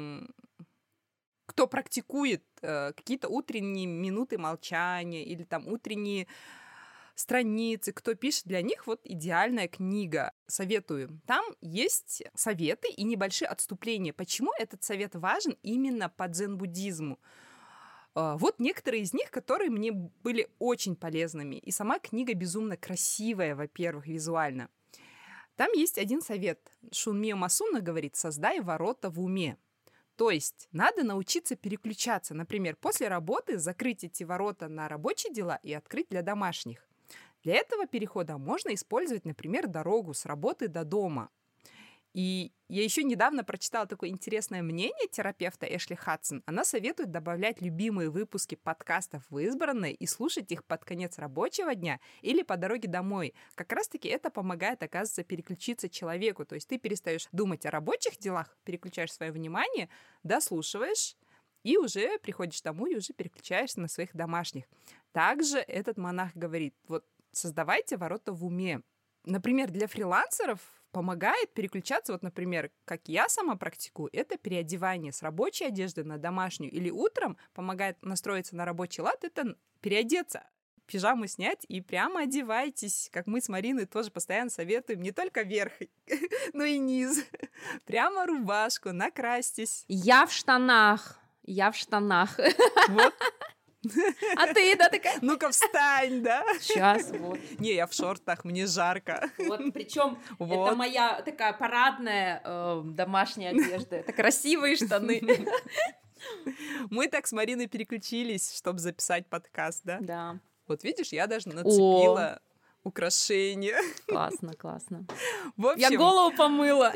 практикует какие-то утренние минуты молчания или там утренние страницы, кто пишет, для них вот идеальная книга. Советую. Там есть советы и небольшие отступления. Почему этот совет важен именно по дзен-буддизму? Вот некоторые из них, которые мне были очень полезными. И сама книга безумно красивая, во-первых, визуально. Там есть один совет. Шунмио Масуно говорит: создай ворота в уме. То есть надо научиться переключаться. Например, после работы закрыть эти ворота на рабочие дела и открыть для домашних. Для этого перехода можно использовать, например, дорогу с работы до дома. И я еще недавно прочитала такое интересное мнение терапевта Эшли Хадсон. Она советует добавлять любимые выпуски подкастов в избранные и слушать их под конец рабочего дня или по дороге домой. Как раз-таки это помогает, оказывается, переключиться человеку. То есть ты перестаешь думать о рабочих делах, переключаешь свое внимание, дослушиваешь, и уже приходишь домой и уже переключаешься на своих домашних. Также этот монах говорит: вот создавайте ворота в уме. Например, для фрилансеров помогает переключаться, вот, например, как я сама практикую, это переодевание с рабочей одежды на домашнюю, или утром помогает настроиться на рабочий лад, это переодеться, пижаму снять и прямо одевайтесь, как мы с Мариной тоже постоянно советуем, не только верх, но и низ, прямо рубашку, накрасьтесь. Я в штанах. Вот. А ты, да, такая? Ну-ка, встань, да? Сейчас, вот. Не, я в шортах, мне жарко. Вот, причем Вот. это моя такая парадная домашняя одежда. Это красивые штаны. Мы так с Мариной переключились, чтобы записать подкаст, да? Да. Вот видишь, я даже нацепила украшения. Классно, классно. В общем, Я голову помыла.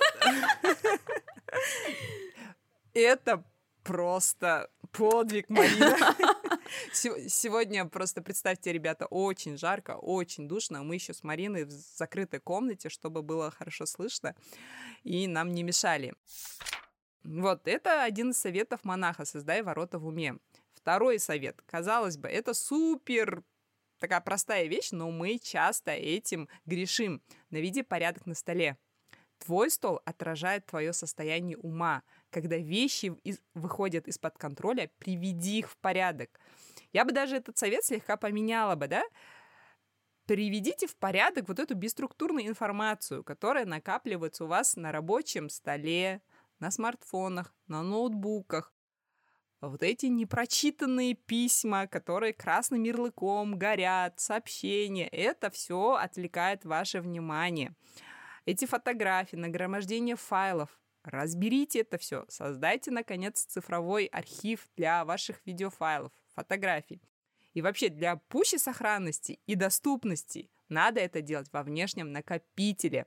Это просто подвиг, Марина. Сегодня просто, представьте, ребята, очень жарко, очень душно. Мы еще с Мариной в закрытой комнате, чтобы было хорошо слышно, и нам не мешали. Вот, это один из советов монаха: создай ворота в уме. Второй совет. Казалось бы, это супер такая простая вещь, но мы часто этим грешим. Наведи порядок на столе. Твой стол отражает твое состояние ума. Когда вещи выходят из-под контроля, приведи их в порядок. Я бы даже этот совет слегка поменяла бы, да? Приведите в порядок вот эту бесструктурную информацию, которая накапливается у вас на рабочем столе, на смартфонах, на ноутбуках. Вот эти непрочитанные письма, которые красным ярлыком горят, сообщения, это все отвлекает ваше внимание. Эти фотографии, нагромождение файлов. Разберите это все. Создайте, наконец, цифровой архив для ваших видеофайлов, фотографий. И вообще для пущей сохранности и доступности надо это делать во внешнем накопителе.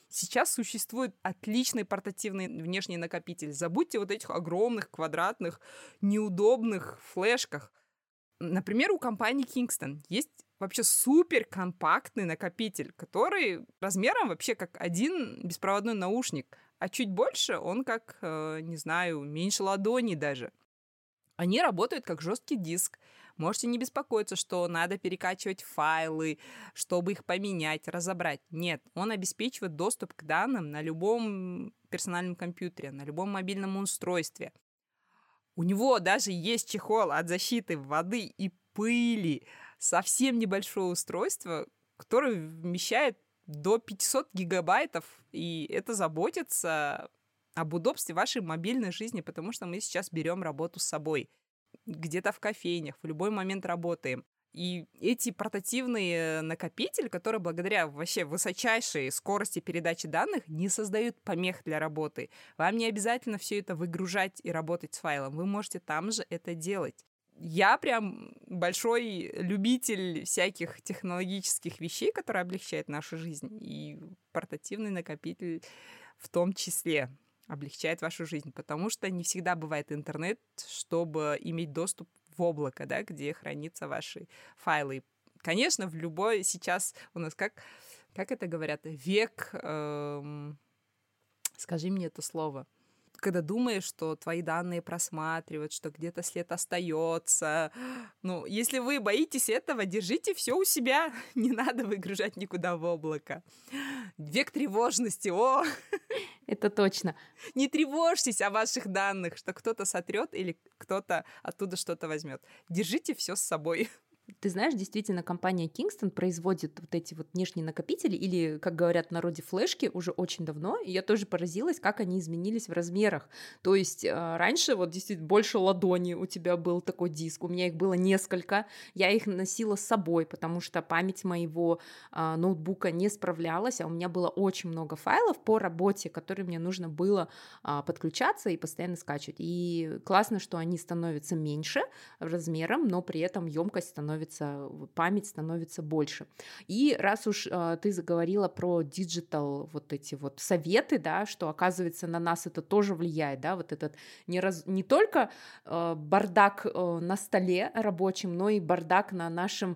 Сейчас существует отличный портативный внешний накопитель. Забудьте вот этих огромных, квадратных, неудобных флешках. Например, у компании Kingston есть вообще супер компактный накопитель, который размером вообще как один беспроводной наушник, а чуть больше он как, не знаю, меньше ладони даже. Они работают как жесткий диск. Можете не беспокоиться, что надо перекачивать файлы, чтобы их поменять, разобрать. Нет, он обеспечивает доступ к данным на любом персональном компьютере, на любом мобильном устройстве. У него даже есть чехол от защиты воды и пыли. Совсем небольшое устройство, которое вмещает до 500 гигабайтов, и это заботится об удобстве вашей мобильной жизни, потому что мы сейчас берем работу с собой. Где-то в кофейнях, в любой момент работаем. И эти портативные накопители, которые благодаря вообще высочайшей скорости передачи данных не создают помех для работы. Вам не обязательно все это выгружать и работать с файлом. Вы можете там же это делать. Я прям большой любитель всяких технологических вещей, которые облегчают нашу жизнь. И портативный накопитель в том числе облегчает вашу жизнь, потому что не всегда бывает интернет, чтобы иметь доступ в облако, да, где хранятся ваши файлы. Конечно, в любой сейчас у нас как это говорят, век, скажи мне это слово, когда думаешь, что твои данные просматривают, что где-то след остается. Ну, если вы боитесь этого, держите все у себя, не надо выгружать никуда в облако. Век тревожности, о! Это точно. Не тревожьтесь о ваших данных, что кто-то сотрет или кто-то оттуда что-то возьмет. Держите все с собой. Ты знаешь, действительно, компания Kingston производит вот эти вот внешние накопители, или, как говорят в народе, флешки, уже очень давно, и я тоже поразилась, как они изменились в размерах. То есть раньше вот действительно больше ладони у тебя был такой диск, у меня их было несколько, я их носила с собой, потому что память моего ноутбука не справлялась, а у меня было очень много файлов по работе, которые мне нужно было подключаться и постоянно скачивать. И классно, что они становятся меньше размером, но при этом емкость память становится больше. И раз уж ты заговорила про диджитал, вот эти вот советы, да, что, оказывается, на нас это тоже влияет, да, вот этот не только бардак на столе рабочем, но и бардак на нашем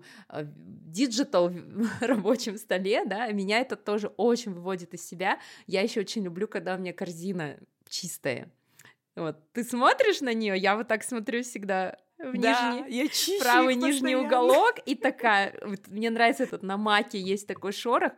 диджитал рабочем столе, да, меня это тоже очень выводит из себя. Я еще очень люблю, когда у меня корзина чистая. Вот. Ты смотришь на нее, я вот так смотрю всегда в нижний, правый нижний уголок, и такая, вот, мне нравится этот на маке есть такой шорох.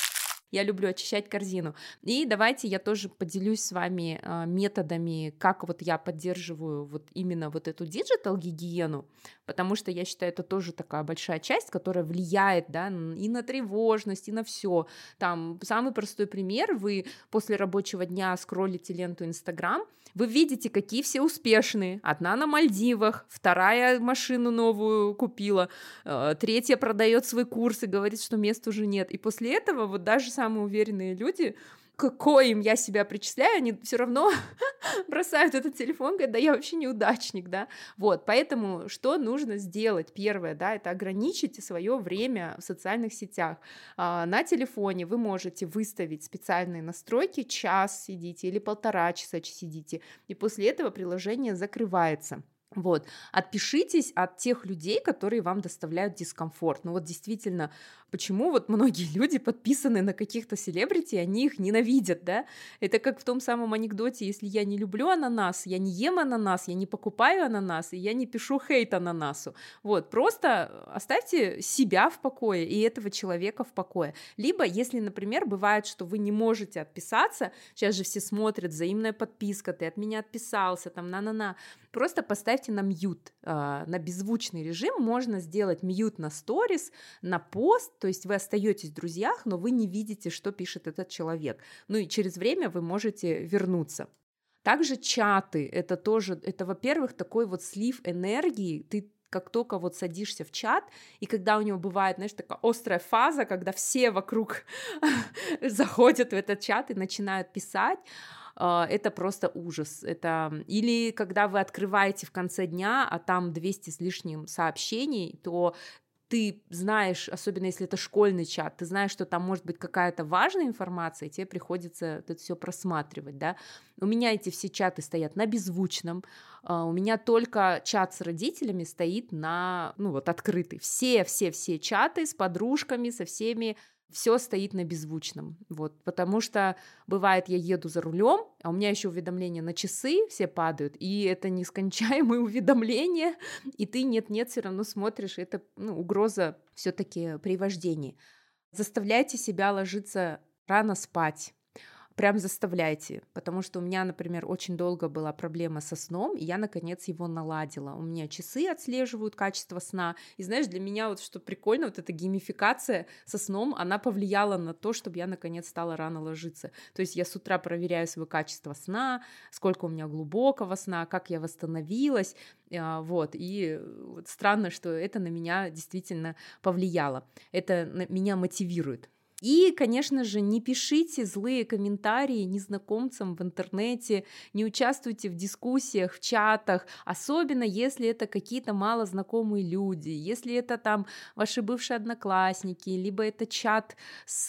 Я люблю очищать корзину. И давайте я тоже поделюсь с вами методами, как вот я поддерживаю вот именно вот эту диджитал-гигиену, потому что я считаю, это тоже такая большая часть, которая влияет, да, и на тревожность, и на все. Там самый простой пример: вы после рабочего дня скроллите ленту Инстаграм, вы видите, какие все успешные. Одна на Мальдивах, вторая машину новую купила, третья продает свой курс и говорит, что мест уже нет. И после этого вот даже самые уверенные люди, к коим я себя причисляю, они все равно бросают этот телефон, говорят, да я вообще неудачник, да. Вот, поэтому что нужно сделать? Первое, да, это ограничить свое время в социальных сетях. На телефоне вы можете выставить специальные настройки, час сидите или 1,5 часа сидите, и после этого приложение закрывается. Вот, отпишитесь от тех людей, которые вам доставляют дискомфорт. Ну вот действительно, почему вот многие люди подписаны на каких-то селебрити, они их ненавидят, да? Это как в том самом анекдоте: если я не люблю ананас, я не ем ананас, я не покупаю ананас, и я не пишу хейт ананасу. Вот, просто оставьте себя в покое и этого человека в покое. Либо, если, например, бывает, что вы не можете отписаться, сейчас же все смотрят, взаимная подписка, ты от меня отписался, там, на-на-на, просто поставьте на мьют, на беззвучный режим. Можно сделать мьют на сторис, на пост, то есть вы остаетесь в друзьях, но вы не видите, что пишет этот человек. Ну и через время вы можете вернуться. Также чаты, это тоже, это, во-первых, такой вот слив энергии. Ты как только вот садишься в чат, и когда у него бывает, знаешь, такая острая фаза, когда все вокруг заходят в этот чат и начинают писать, это просто ужас. Это... Или когда вы открываете в конце дня, а там 200 с лишним сообщений, то ты знаешь, особенно если это школьный чат, ты знаешь, что там может быть какая-то важная информация, и тебе приходится это все просматривать, да. У меня эти все чаты стоят на беззвучном, у меня только чат с родителями стоит на, ну вот, открытый. Все чаты с подружками, со всеми, все стоит на беззвучном, вот, потому что бывает, я еду за рулем, а у меня еще уведомления на часы все падают, и это нескончаемые уведомления, и ты нет-нет все равно смотришь, это, ну, угроза все-таки при вождении. Заставляйте себя ложиться рано спать. Прям заставляйте, потому что у меня, например, очень долго была проблема со сном, и я, наконец, его наладила. У меня часы отслеживают качество сна, и, знаешь, для меня вот что прикольно, вот эта геймификация со сном, она повлияла на то, чтобы я, наконец, стала рано ложиться. То есть я с утра проверяю свое качество сна, сколько у меня глубокого сна, как я восстановилась, вот, и вот странно, что это на меня действительно повлияло, это меня мотивирует. И, конечно же, не пишите злые комментарии незнакомцам в интернете, не участвуйте в дискуссиях, в чатах, особенно если это какие-то малознакомые люди, если это там ваши бывшие одноклассники, либо это чат с...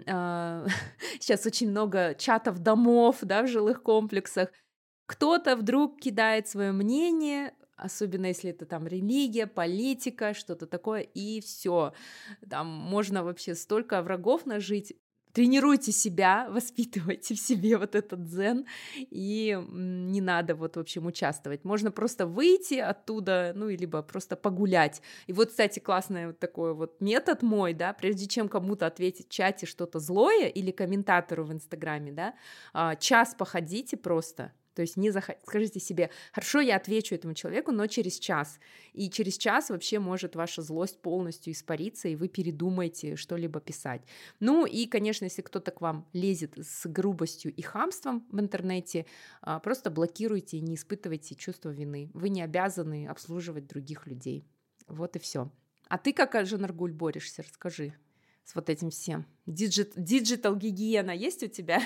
сейчас очень много чатов домов, да, в жилых комплексах. Кто-то вдруг кидает свое мнение, особенно если это там религия, политика, что-то такое, и все. Там можно вообще столько врагов нажить. Тренируйте себя, воспитывайте в себе вот этот дзен, и не надо вот, в общем, участвовать. Можно просто выйти оттуда, ну, и либо просто погулять. И вот, кстати, классный вот такой вот метод мой, да, прежде чем кому-то ответить в чате что-то злое или комментатору в Инстаграме, да, час походите просто. То есть не скажите себе, хорошо, я отвечу этому человеку, но через час. И через час вообще может ваша злость полностью испариться, и вы передумаете что-либо писать. Ну и, конечно, если кто-то к вам лезет с грубостью и хамством в интернете, просто блокируйте и не испытывайте чувство вины. Вы не обязаны обслуживать других людей. Вот и все. А ты как, Жанаргуль, борешься? Расскажи с вот этим всем. Диджитал-гигиена есть у тебя?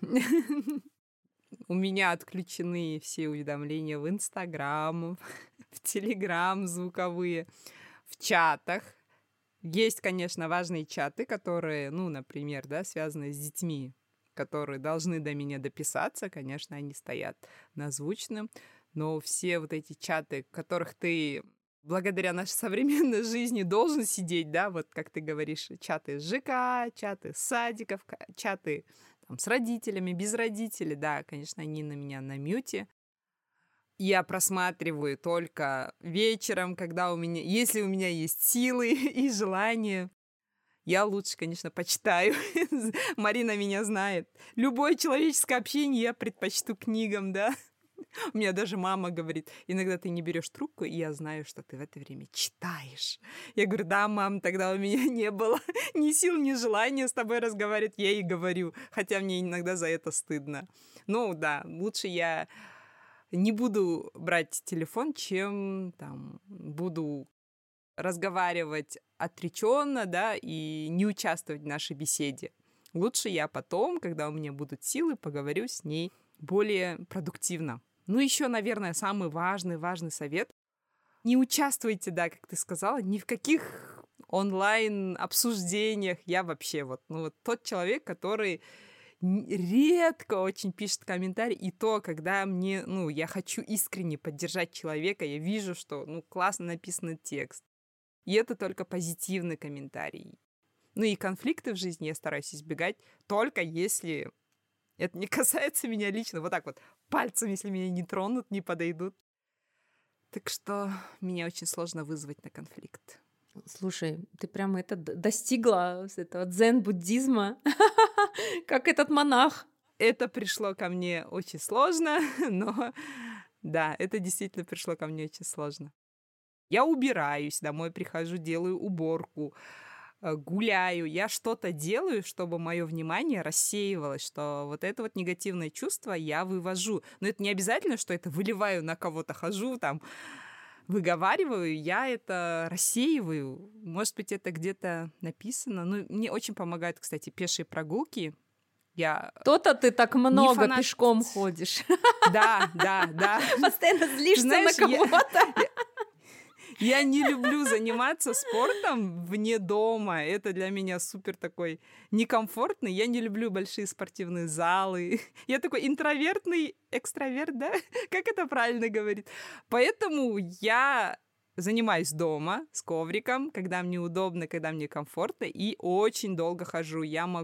У меня отключены все уведомления в Инстаграм, в Телеграм звуковые, в чатах. Есть, конечно, важные чаты, которые, ну, например, да, связаны с детьми, которые должны до меня дописаться. Конечно, они стоят на звучном. Но все вот эти чаты, в которых ты благодаря нашей современной жизни должен сидеть, да, вот как ты говоришь, чаты с ЖК, чаты с садиков, чаты там, с родителями, без родителей, да, конечно, они на меня на мьюте. Я просматриваю только вечером, когда если у меня есть силы и желание. Я лучше, конечно, почитаю. Марина меня знает. Любое человеческое общение я предпочту книгам, да. У меня даже мама говорит, иногда ты не берешь трубку, и я знаю, что ты в это время читаешь. Я говорю, да, мам, тогда у меня не было ни сил, ни желания с тобой разговаривать. Я ей говорю, хотя мне иногда за это стыдно. Ну да, лучше я не буду брать телефон, чем там буду разговаривать отреченно, да, и не участвовать в нашей беседе. Лучше я потом, когда у меня будут силы, поговорю с ней более продуктивно. Ну, еще, наверное, самый важный совет. Не участвуйте, да, как ты сказала, ни в каких онлайн-обсуждениях. Я вообще вот тот человек, который редко очень пишет комментарий, и то, когда мне, я хочу искренне поддержать человека, я вижу, что, классно написан текст. И это только позитивный комментарий. Ну и конфликты в жизни я стараюсь избегать, только если это не касается меня лично. Вот так вот, пальцем, если меня не тронут, не подойдут. Так что меня очень сложно вызвать на конфликт. Слушай, ты прям достигла этого дзен-буддизма, как этот монах. Это пришло ко мне очень сложно, но да, это действительно пришло ко мне очень сложно. Я убираюсь, домой прихожу, делаю уборку, гуляю, я что-то делаю, чтобы мое внимание рассеивалось, что вот это вот негативное чувство я вывожу. Но это не обязательно, что это выливаю на кого-то, хожу там, выговариваю, я это рассеиваю. Может быть, это где-то написано. Ну, мне очень помогают, кстати, пешие прогулки. То-то ты так много пешком ходишь. Да. Постоянно злишься на кого-то. Я не люблю заниматься спортом вне дома. Это для меня супер такой некомфортный. Я не люблю большие спортивные залы. Я такой интровертный экстраверт, да? Как это правильно говорить? Поэтому я занимаюсь дома с ковриком, когда мне удобно, когда мне комфортно, и очень долго хожу.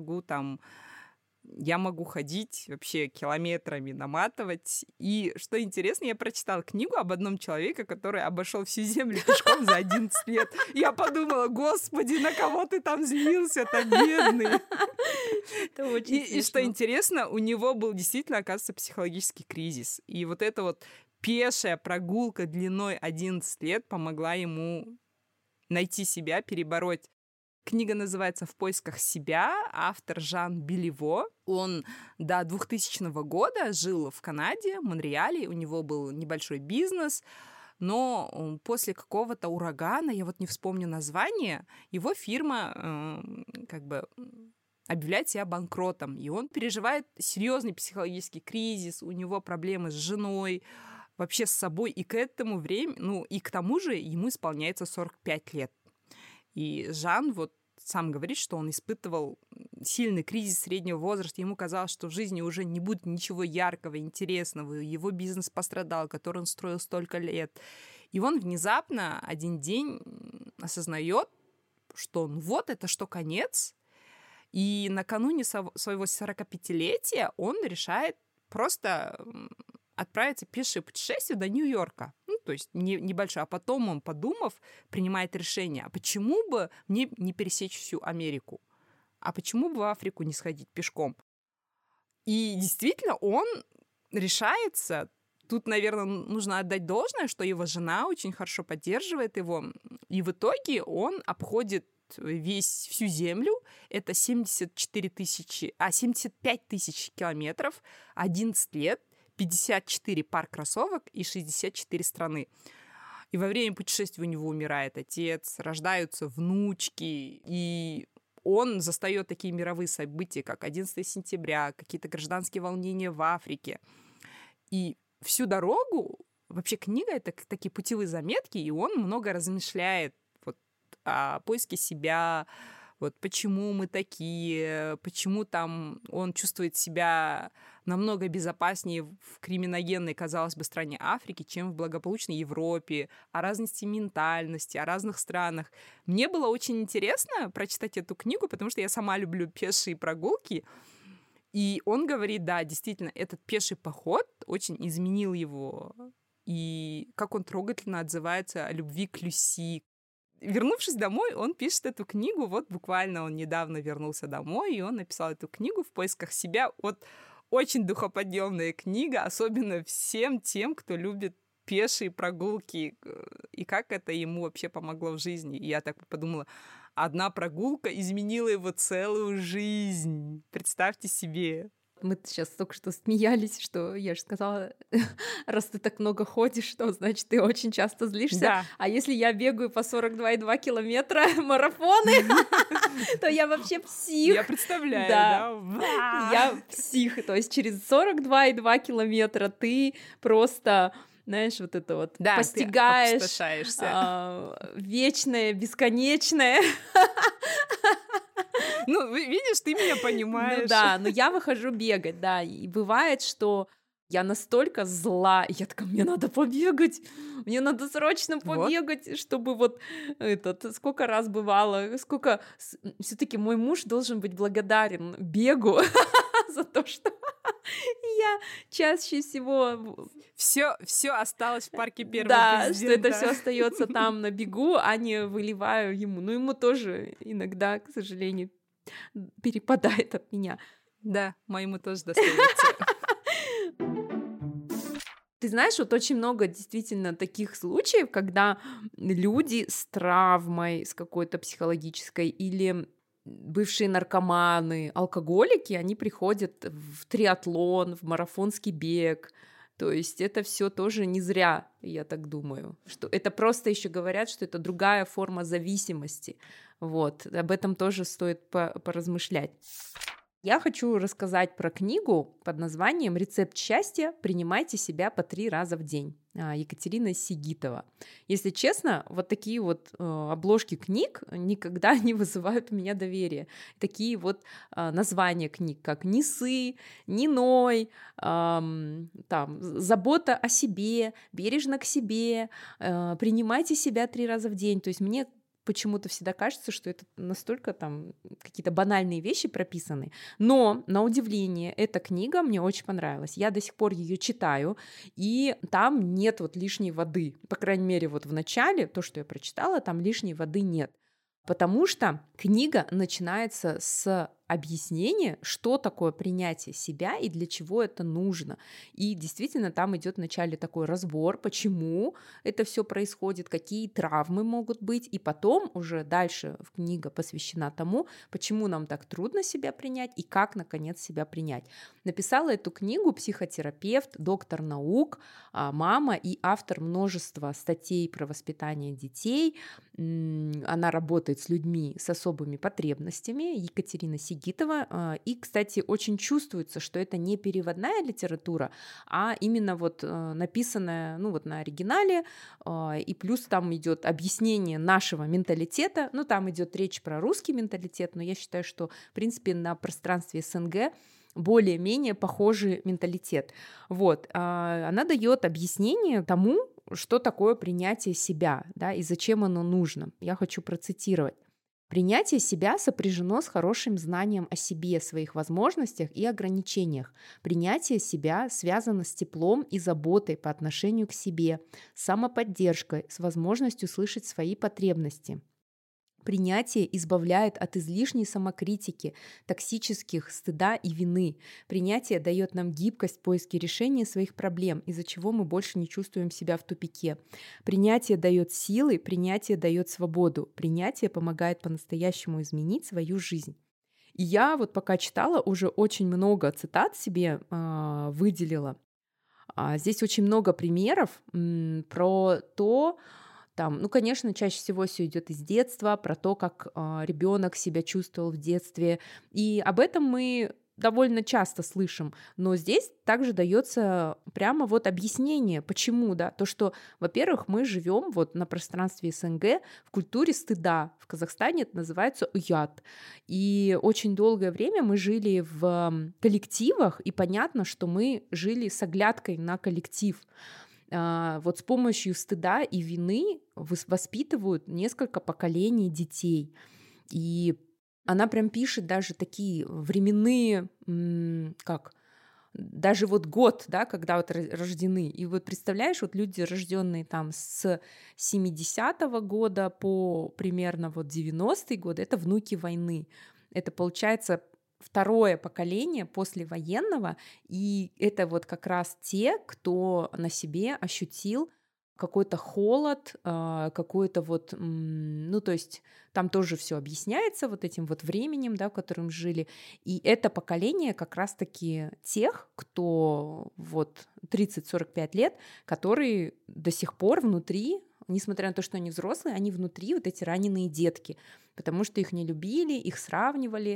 Я могу ходить вообще километрами, наматывать. И что интересно, я прочитала книгу об одном человеке, который обошел всю землю пешком за 11 лет. Я подумала, господи, на кого ты там злился-то, бедный. Это очень И что интересно, у него был действительно, оказывается, психологический кризис. И вот эта вот пешая прогулка длиной 11 лет помогла ему найти себя, перебороть. Книга называется «В поисках себя», автор Жан Белево. Он до 2000 года жил в Канаде, в Монреале, у него был небольшой бизнес, но после какого-то урагана, я вот не вспомню название, его фирма объявляет себя банкротом, и он переживает серьезный психологический кризис, у него проблемы с женой, вообще с собой, и к этому времени, и к тому же ему исполняется 45 лет. И Жан вот сам говорит, что он испытывал сильный кризис среднего возраста. Ему казалось, что в жизни уже не будет ничего яркого, интересного. Его бизнес пострадал, который он строил столько лет. И он внезапно один день осознает, что это что, конец? И накануне своего 45-летия он решает просто отправиться в пешее путешествие до Нью-Йорка. То есть небольшое. А потом он, подумав, принимает решение, а почему бы мне не пересечь всю Америку? А почему бы в Африку не сходить пешком? И действительно, он решается. Тут, наверное, нужно отдать должное, что его жена очень хорошо поддерживает его. И в итоге он обходит всю землю. Это 75 тысяч километров, 11 лет, 54 пар кроссовок и 64 страны. И во время путешествия у него умирает отец, рождаются внучки, и он застает такие мировые события, как 11 сентября, какие-то гражданские волнения в Африке. И всю дорогу, вообще книга — это такие путевые заметки, и он много размышляет о поиске себя, почему мы такие, почему там он чувствует себя намного безопаснее в криминогенной, казалось бы, стране Африки, чем в благополучной Европе, о разности ментальности, о разных странах. Мне было очень интересно прочитать эту книгу, потому что я сама люблю пешие прогулки, и он говорит, да, действительно, этот пеший поход очень изменил его, и как он трогательно отзывается о любви к Люси. Вернувшись домой, он пишет эту книгу. Буквально он недавно вернулся домой, и он написал эту книгу «В поисках себя». Очень духоподъемная книга, особенно всем тем, кто любит пешие прогулки, и как это ему вообще помогло в жизни. И я так подумала, одна прогулка изменила его целую жизнь. Представьте себе. Мы сейчас только что смеялись, что я же сказала, раз ты так много ходишь, то значит ты очень часто злишься. Да. А если я бегаю по 42,2 километра марафоны, то я вообще псих. Я представляю, да? Я псих. То есть через 42,2 километра ты просто, знаешь, постигаешь вечное, бесконечное. Видишь, ты меня понимаешь. Но я выхожу бегать, да, и бывает, что я настолько зла, и я такая, мне надо побегать, мне надо срочно побегать, чтобы сколько раз бывало, все-таки мой муж должен быть благодарен бегу за то, что я чаще всего... Все осталось в парке первого президента. Да, что это все остается там на бегу, а не выливаю ему. Ему тоже иногда, к сожалению, перепадает от меня. Да, моему тоже достается. Ты знаешь, очень много действительно таких случаев, когда люди с травмой, с какой-то психологической, или бывшие наркоманы, алкоголики, они приходят в триатлон, в марафонский бег. То есть это все тоже не зря, я так думаю. Что это просто еще говорят, что это другая форма зависимости. Об этом тоже стоит поразмышлять. Я хочу рассказать про книгу под названием «Рецепт счастья. Принимайте себя по 3 раза в день». Екатерина Сигитова. Если честно, вот такие вот обложки книг никогда не вызывают у меня доверия. Такие вот названия книг, как «Не ссы», «Не ной», там «Забота о себе», «Бережно к себе», «Принимайте себя 3 раза в день». То есть мне почему-то всегда кажется, что это настолько там какие-то банальные вещи прописаны. Но, на удивление, эта книга мне очень понравилась. Я до сих пор ее читаю, и там нет вот лишней воды. По крайней мере, вот в начале, то, что я прочитала, там лишней воды нет. Потому что книга начинается с объяснения, что такое принятие себя и для чего это нужно. И действительно там идет вначале такой разбор, почему это все происходит, какие травмы могут быть, и потом уже дальше книга посвящена тому, почему нам так трудно себя принять и как, наконец, себя принять. Написала эту книгу психотерапевт, доктор наук, мама и автор множества статей про воспитание детей. Она работает с людьми с особыми потребностями, Екатерина Сигитова. И, кстати, очень чувствуется, что это не переводная литература, а именно вот написанная, ну вот на оригинале, и плюс там идет объяснение нашего менталитета, ну там идет речь про русский менталитет, но я считаю, что, в принципе, на пространстве СНГ более-менее похожий менталитет. Вот. Она дает объяснение тому, что такое принятие себя, да, и зачем оно нужно. Я хочу процитировать. Принятие себя сопряжено с хорошим знанием о себе, своих возможностях и ограничениях. Принятие себя связано с теплом и заботой по отношению к себе, с самоподдержкой, с возможностью слышать свои потребности. Принятие избавляет от излишней самокритики, токсических стыда и вины. Принятие дает нам гибкость в поиске решения своих проблем, из-за чего мы больше не чувствуем себя в тупике. Принятие дает силы, принятие дает свободу. Принятие помогает по-настоящему изменить свою жизнь. И я вот пока читала, уже очень много цитат себе выделила. Здесь очень много примеров про то, там, ну, конечно, чаще всего все идет из детства, про то, как ребенок себя чувствовал в детстве. И об этом мы довольно часто слышим, но здесь также дается прямо вот объяснение, почему, да, то, что, во-первых, мы живем вот на пространстве СНГ в культуре стыда. В Казахстане это называется уят. И очень долгое время мы жили в коллективах, и понятно, что мы жили с оглядкой на коллектив. Вот с помощью стыда и вины воспитывают несколько поколений детей. И она прям пишет даже такие временные, как даже вот год, да, когда вот рождены. И вот представляешь, вот люди, рожденные там с 70-го года по примерно вот 90-е годы, это внуки войны. Это получается второе поколение послевоенного, и это вот как раз те, кто на себе ощутил какой-то холод, какой-то вот, ну, то есть там тоже все объясняется вот этим вот временем, да, в котором жили, и это поколение как раз-таки тех, кто вот 30-45 лет, которые до сих пор внутри, несмотря на то, что они взрослые, они внутри вот эти раненые детки, потому что их не любили, их сравнивали,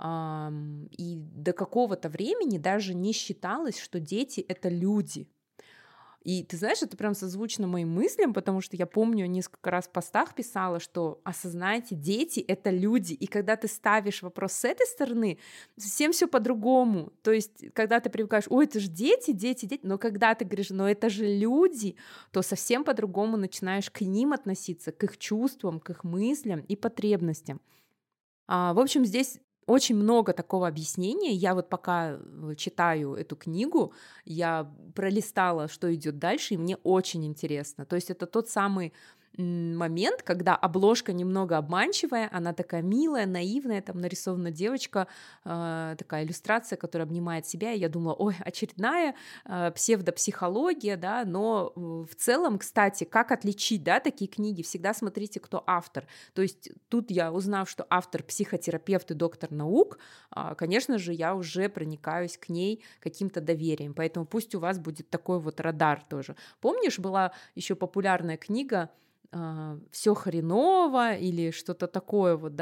и до какого-то времени даже не считалось, что дети — это люди. И ты знаешь, это прям созвучно моим мыслям, потому что я помню, несколько раз в постах писала, что осознайте, дети — это люди, и когда ты ставишь вопрос с этой стороны, совсем все по-другому. То есть, когда ты привыкаешь, ой, это же дети, дети, дети, но когда ты говоришь, но это же люди, то совсем по-другому начинаешь к ним относиться, к их чувствам, к их мыслям и потребностям. В общем, здесь очень много такого объяснения. Я вот пока читаю эту книгу, я пролистала, что идет дальше, и мне очень интересно. То есть это тот самый момент, когда обложка немного обманчивая, она такая милая, наивная, там нарисована девочка, такая иллюстрация, которая обнимает себя, и я думала, ой, очередная псевдопсихология, да, но в целом, кстати, как отличить, да, такие книги, всегда смотрите, кто автор, то есть тут я, узнав, что автор психотерапевт и доктор наук, конечно же, я уже проникаюсь к ней каким-то доверием, поэтому пусть у вас будет такой вот радар тоже. Помнишь, была еще популярная книга «Все хреново» или что-то такое вот, да?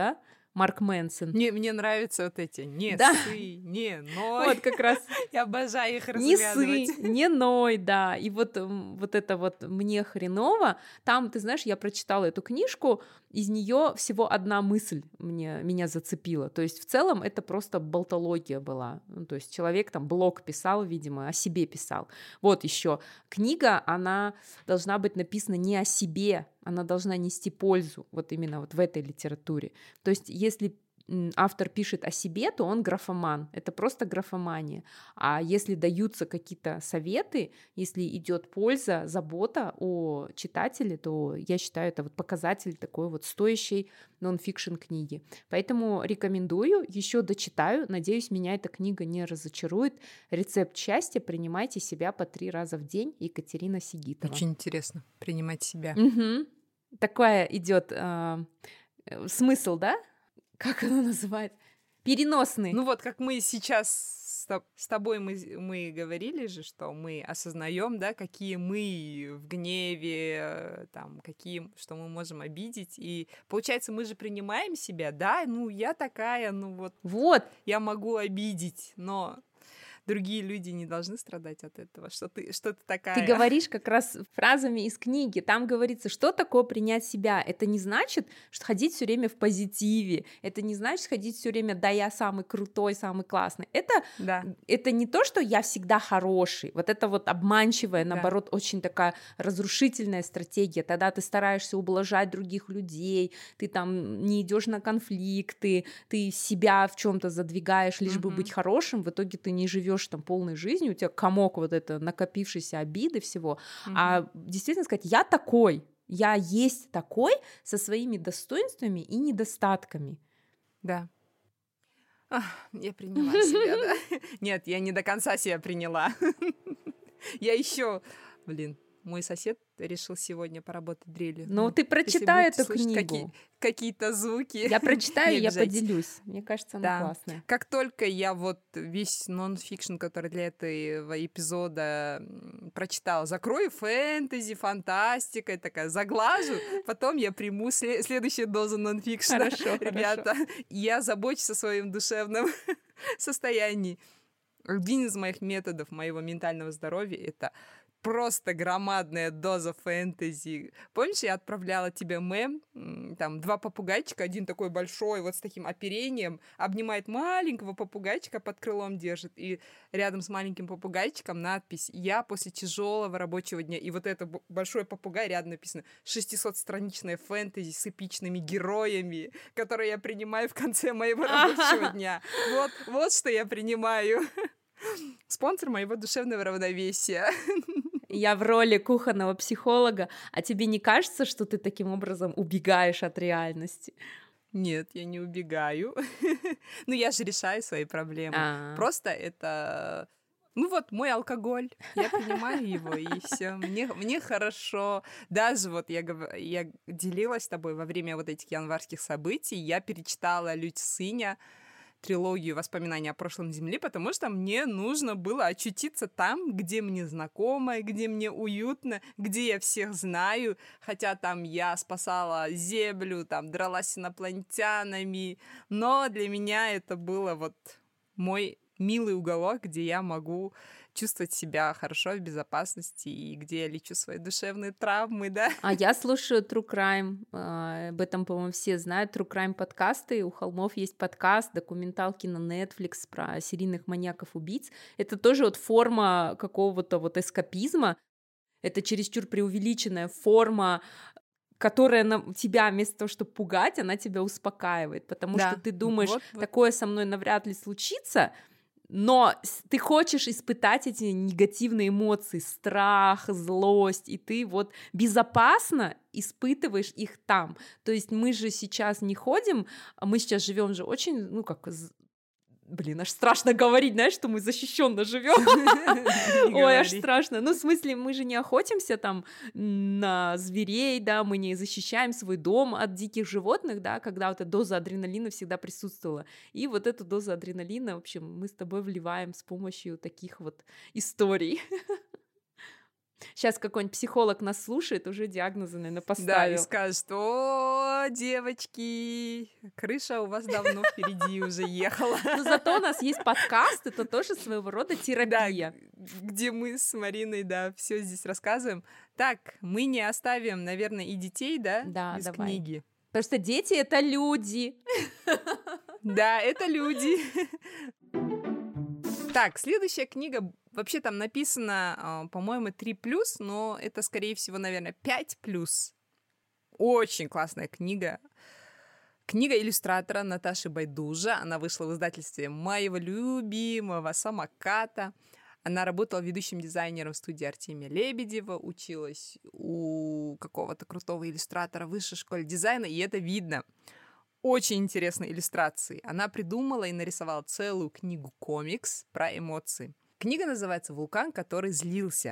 Марк Мэнсон. Мне нравятся вот эти «не Да. ссы», «не ной». Вот как раз Я обожаю их не разглядывать. ссы, не ной, да. И вот это вот «мне хреново», там, ты знаешь, я прочитала эту книжку, из нее всего одна мысль меня зацепила. То есть в целом это просто болтология была. Ну, то есть человек там блог писал, видимо, о себе писал. Вот еще книга, она должна быть написана не о себе, она должна нести пользу вот именно вот в этой литературе. То есть если автор пишет о себе, то он графоман. Это просто графомания. А если даются какие-то советы, если идет польза, забота о читателе, то я считаю, это вот показатель такой вот стоящей нон-фикшн книги. Поэтому рекомендую, еще дочитаю. Надеюсь, меня эта книга не разочарует. «Рецепт счастья. Принимайте себя по 3 раза в день». Екатерина Сигитова. Очень интересно принимать себя. Угу. Такая идет смысл, да? Как оно называет? Переносный. Ну вот, как мы сейчас с тобой мы говорили же, что мы осознаем, да, какие мы в гневе, там, что мы можем обидеть. И получается, мы же принимаем себя, да, ну я такая, ну вот. Я могу обидеть, но другие люди не должны страдать от этого, что ты такая. Ты говоришь как раз фразами из книги. Там говорится, что такое принять себя. Это не значит, что ходить все время в позитиве. Это не значит ходить все время, да, я самый крутой, самый классный. Это не то, что я всегда хороший. Вот это вот обманчивая, наоборот, очень такая разрушительная стратегия. Тогда ты стараешься ублажать других людей, ты там не идешь на конфликты, ты себя в чем-то задвигаешь, лишь бы быть хорошим. В итоге ты не живешь там полной жизнью, у тебя комок вот это накопившейся обиды всего, а действительно сказать, я такой, я есть такой со своими достоинствами и недостатками. Да. Я приняла себя, да? Нет, я не до конца себя приняла. Я еще, мой сосед решил сегодня поработать дрелью. Ну, ты прочитай эту книгу. Какие-то звуки. Я прочитаю, я поделюсь. Мне кажется, она классная. Как только я вот весь нон-фикшн, который для этого эпизода прочитала, закрою фэнтези, фантастика, такая, заглажу, потом я приму следующую дозу нон-фикшна. Хорошо, ребята. Я забочусь о своем душевном состоянии. Один из моих методов моего ментального здоровья — это просто громадная доза фэнтези. Помнишь, я отправляла тебе мем, там 2 попугайчика, один такой большой, вот с таким оперением, обнимает маленького попугайчика, под крылом держит, и рядом с маленьким попугайчиком надпись «Я после тяжелого рабочего дня». И вот это большой попугай, рядом написано 600-страничное фэнтези с эпичными героями, которые я принимаю в конце моего рабочего дня. Вот что я принимаю. Спонсор моего душевного равновесия. Я в роли кухонного психолога, а тебе не кажется, что ты таким образом убегаешь от реальности? Нет, я не убегаю. Ну, я же решаю свои проблемы. Просто это... Ну вот, мой алкоголь. Я принимаю его, и все. Мне хорошо. Даже вот я делилась с тобой во время вот этих январских событий. Я перечитала «Людь сыня», трилогию «Воспоминания о прошлом Земли», потому что мне нужно было очутиться там, где мне знакомо, где мне уютно, где я всех знаю, хотя там я спасала Землю, там дралась с инопланетянами, но для меня это было вот мой милый уголок, где я могу чувствовать себя хорошо, в безопасности, и где я лечу свои душевные травмы, да. А я слушаю True Crime, об этом, по-моему, все знают, True Crime подкасты, у Холмов есть подкаст, документалки на Netflix про серийных маньяков-убийц. Это тоже вот форма какого-то вот эскапизма, это чересчур преувеличенная форма, которая тебя вместо того, чтобы пугать, она тебя успокаивает, потому что ты думаешь, такое со мной навряд ли случится, но ты хочешь испытать эти негативные эмоции, страх, злость, и ты вот безопасно испытываешь их там. То есть мы же сейчас не ходим, мы сейчас живем же очень, ну как... Аж страшно говорить, знаешь, что мы защищенно живем. Ой, аж страшно. Ну, в смысле, мы же не охотимся там на зверей, да, мы не защищаем свой дом от диких животных, да, когда вот эта доза адреналина всегда присутствовала. И вот эту дозу адреналина, в общем, мы с тобой вливаем с помощью таких вот историй. Сейчас какой-нибудь психолог нас слушает, уже диагнозы, наверное, Да, и поставил. скажет: о, девочки, крыша у вас давно впереди уже ехала. Но зато у нас есть подкаст, это тоже своего рода Да, терапия. где мы с Мариной, да, все здесь рассказываем. Так, мы не оставим, наверное, и детей, да, Да, без давай. книги. Потому что дети — это люди. Да, это люди. Так, следующая книга, вообще там написано, по-моему, 3+, но это, скорее всего, наверное, 5+. Очень классная книга. Книга иллюстратора Наташи Байдужа. Она вышла в издательстве моего любимого «Самоката». Она работала ведущим дизайнером в студии Артемия Лебедева, училась у какого-то крутого иллюстратора в высшей школе дизайна, и это видно. Очень интересные иллюстрации. Она придумала и нарисовала целую книгу-комикс про эмоции. Книга называется «Вулкан, который злился».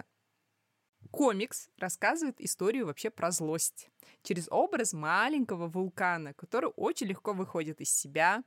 Комикс рассказывает историю вообще про злость через образ маленького вулкана, который очень легко выходит из себя.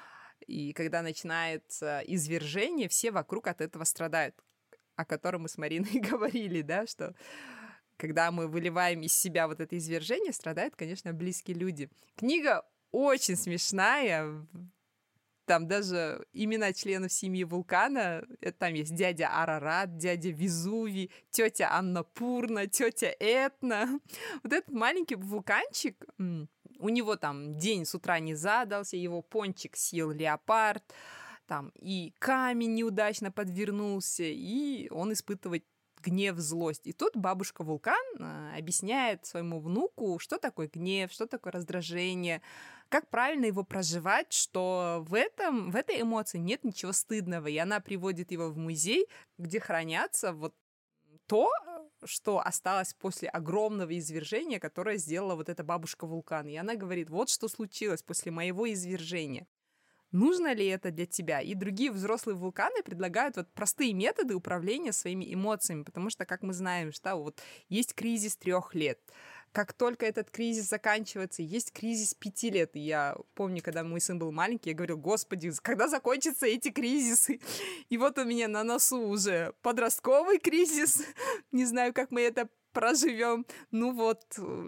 И когда начинается извержение, все вокруг от этого страдают, о котором мы с Мариной говорили, да, что когда мы выливаем из себя вот это извержение, страдают, конечно, близкие люди. Книга очень смешная. Там даже имена членов семьи вулкана. Там есть дядя Арарат, дядя Везувий, тетя Аннапурна, тетя Этна. Вот этот маленький вулканчик, у него там день с утра не задался, его пончик съел леопард, там и камень неудачно подвернулся, и он испытывает гнев, злость. И тут бабушка-вулкан объясняет своему внуку, что такое гнев, что такое раздражение, как правильно его проживать, что в этой эмоции нет ничего стыдного. И она приводит его в музей, где хранятся вот то, что осталось после огромного извержения, которое сделала вот эта бабушка-вулкан. И она говорит: вот что случилось после моего извержения. Нужно ли это для тебя? И другие взрослые вулканы предлагают вот простые методы управления своими эмоциями, потому что, как мы знаем, что вот есть кризис 3 лет. Как только этот кризис заканчивается, есть кризис 5 лет. И я помню, когда мой сын был маленький, я говорю: господи, когда закончатся эти кризисы? И вот у меня на носу уже подростковый кризис. Не знаю, как мы это проживем. Ну вот,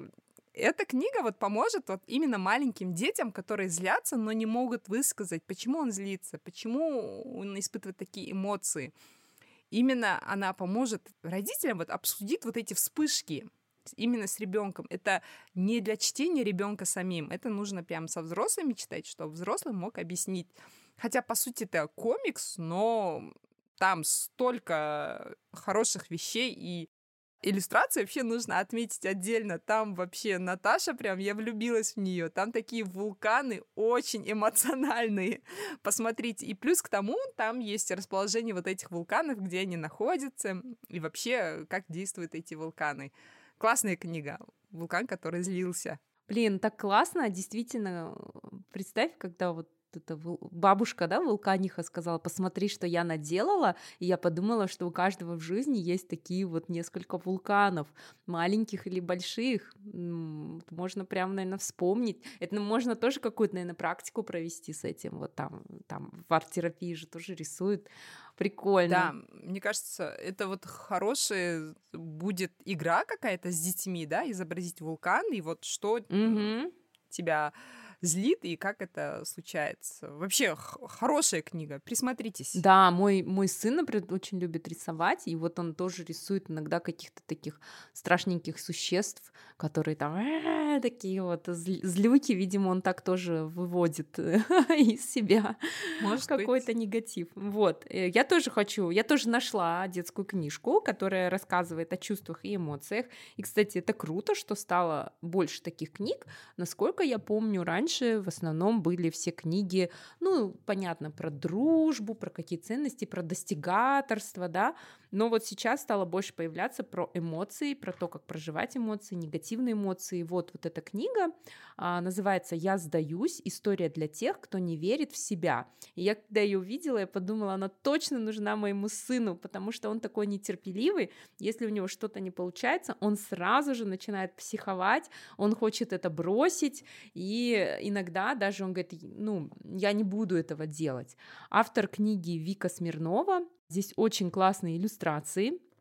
эта книга вот поможет вот именно маленьким детям, которые злятся, но не могут высказать, почему он злится, почему он испытывает такие эмоции. Именно она поможет родителям вот обсудить вот эти вспышки именно с ребенком. Это не для чтения ребенка самим, это нужно прям со взрослыми читать, чтобы взрослый мог объяснить. Хотя, по сути, это комикс, но там столько хороших вещей, и иллюстрации вообще нужно отметить отдельно. Там вообще Наташа, прям я влюбилась в нее. Там такие вулканы очень эмоциональные. Посмотрите. И плюс к тому, там есть расположение вот этих вулканов, где они находятся, и вообще, как действуют эти вулканы. Классная книга. «Вулкан, который злился». Блин, так классно, действительно. Представь, когда вот эта бабушка, да, вулканиха сказала: посмотри, что я наделала, и я подумала, что у каждого в жизни есть такие вот несколько вулканов, маленьких или больших. Можно прям, наверное, вспомнить. Это можно тоже какую-то, наверное, практику провести с этим. Вот там в арт-терапии же тоже рисуют. Прикольно. Да, мне кажется, это вот хорошая будет игра какая-то с детьми, да, изобразить вулкан, и вот что тебя злит и как это случается. Вообще хорошая книга, присмотритесь. Да, мой сын, например, очень любит рисовать, и вот он тоже рисует иногда каких-то таких страшненьких существ, которые там такие вот злюки, видимо, он так тоже выводит из себя какой-то негатив. Вот, я тоже нашла детскую книжку, которая рассказывает о чувствах и эмоциях, и, кстати, это круто, что стало больше таких книг. Насколько я помню, раньше в основном были все книги, ну, понятно, про дружбу, про какие ценности, про достигаторство, да, но вот сейчас стало больше появляться про эмоции, про то, как проживать эмоции, негативные эмоции. Вот эта книга называется «Я сдаюсь. История для тех, кто не верит в себя». И я, когда ее увидела, я подумала, она точно нужна моему сыну, потому что он такой нетерпеливый. Если у него что-то не получается, он сразу же начинает психовать, он хочет это бросить, и иногда даже он говорит: ну, я не буду этого делать. Автор книги Вика Смирнова. Здесь очень классные иллюстрации.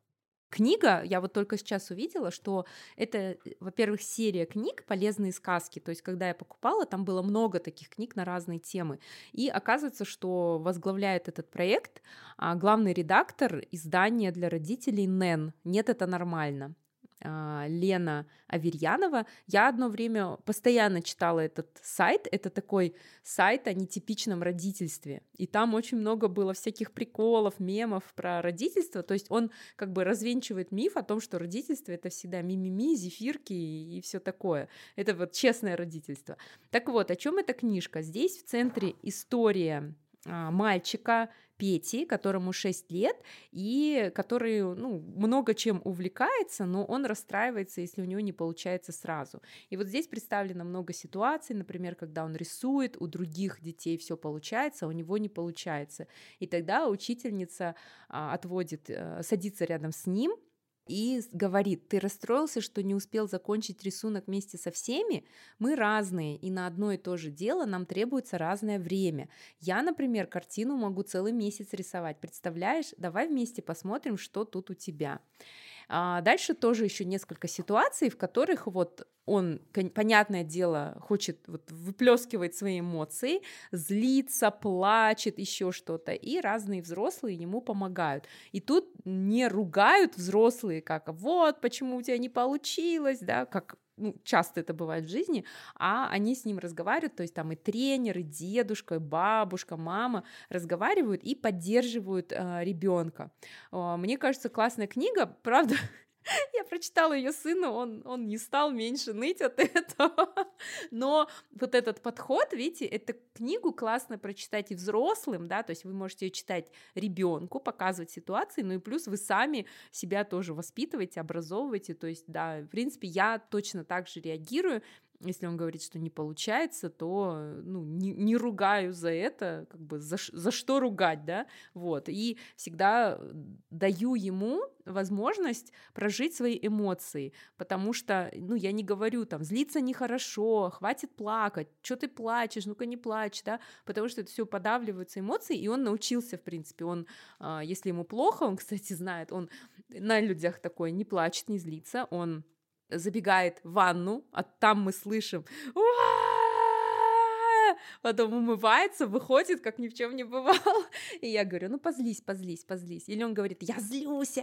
Книга, я вот только сейчас увидела, что это, во-первых, серия книг «Полезные сказки». То есть, когда я покупала, там было много таких книг на разные темы. И оказывается, что возглавляет этот проект главный редактор издания для родителей «НЭН». «Нет, это нормально». Лена Аверьянова. Я одно время постоянно читала этот сайт. Это такой сайт о нетипичном родительстве. И там очень много было всяких приколов, мемов про родительство. То есть он как бы развенчивает миф о том, что родительство — это всегда мимими, зефирки и все такое. Это вот честное родительство. Так вот, о чем эта книжка? Здесь в центре история мальчика Пети, которому 6 лет, и который, много чем увлекается, но он расстраивается, если у него не получается сразу. И вот здесь представлено много ситуаций, например, когда он рисует, у других детей все получается, а у него не получается. И тогда учительница садится рядом с ним и говорит: ты расстроился, что не успел закончить рисунок вместе со всеми? Мы разные, и на одно и то же дело нам требуется разное время. Я, например, картину могу целый месяц рисовать, представляешь? Давай вместе посмотрим, что тут у тебя. Дальше тоже еще несколько ситуаций, в которых вот он, понятное дело, хочет выплескивать свои эмоции, злится, плачет, еще что-то, и разные взрослые ему помогают. И тут не ругают взрослые, как вот, почему у тебя не получилось, да, как часто это бывает в жизни, а они с ним разговаривают, то есть там и тренер, и дедушка, и бабушка, мама разговаривают и поддерживают ребенка. Мне кажется, классная книга, правда. Я прочитала ее сыну, он не стал меньше ныть от этого. Но вот этот подход, видите, эту книгу классно прочитать и взрослым, да, то есть вы можете ее читать ребенку, показывать ситуации, ну и плюс вы сами себя тоже воспитываете, образовываете, то есть, да, в принципе, я точно так же реагирую. Если он говорит, что не получается, то не ругаю за это, как бы за что ругать, да, вот, и всегда даю ему возможность прожить свои эмоции, потому что, я не говорю там, злиться нехорошо, хватит плакать, что ты плачешь, ну-ка не плачь, да, потому что это все подавливаются эмоции, и он научился, в принципе, если ему плохо, он, кстати, знает, он на людях такой не плачет, не злится, он забегает в ванну, а там мы слышим потом умывается, выходит, как ни в чем не бывало. И я говорю: позлись. Или он говорит: я злюся.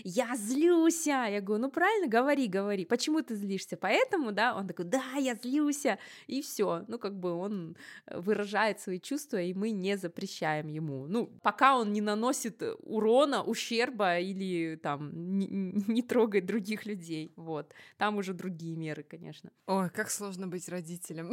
Я говорю: правильно, говори. Почему ты злишься? Поэтому, да? Он такой: да, я злюся. И все. Он выражает свои чувства, и мы не запрещаем ему. Пока он не наносит урона, ущерба или там не трогает других людей. Вот. Там уже другие меры, конечно. Ой, как сложно быть родителем.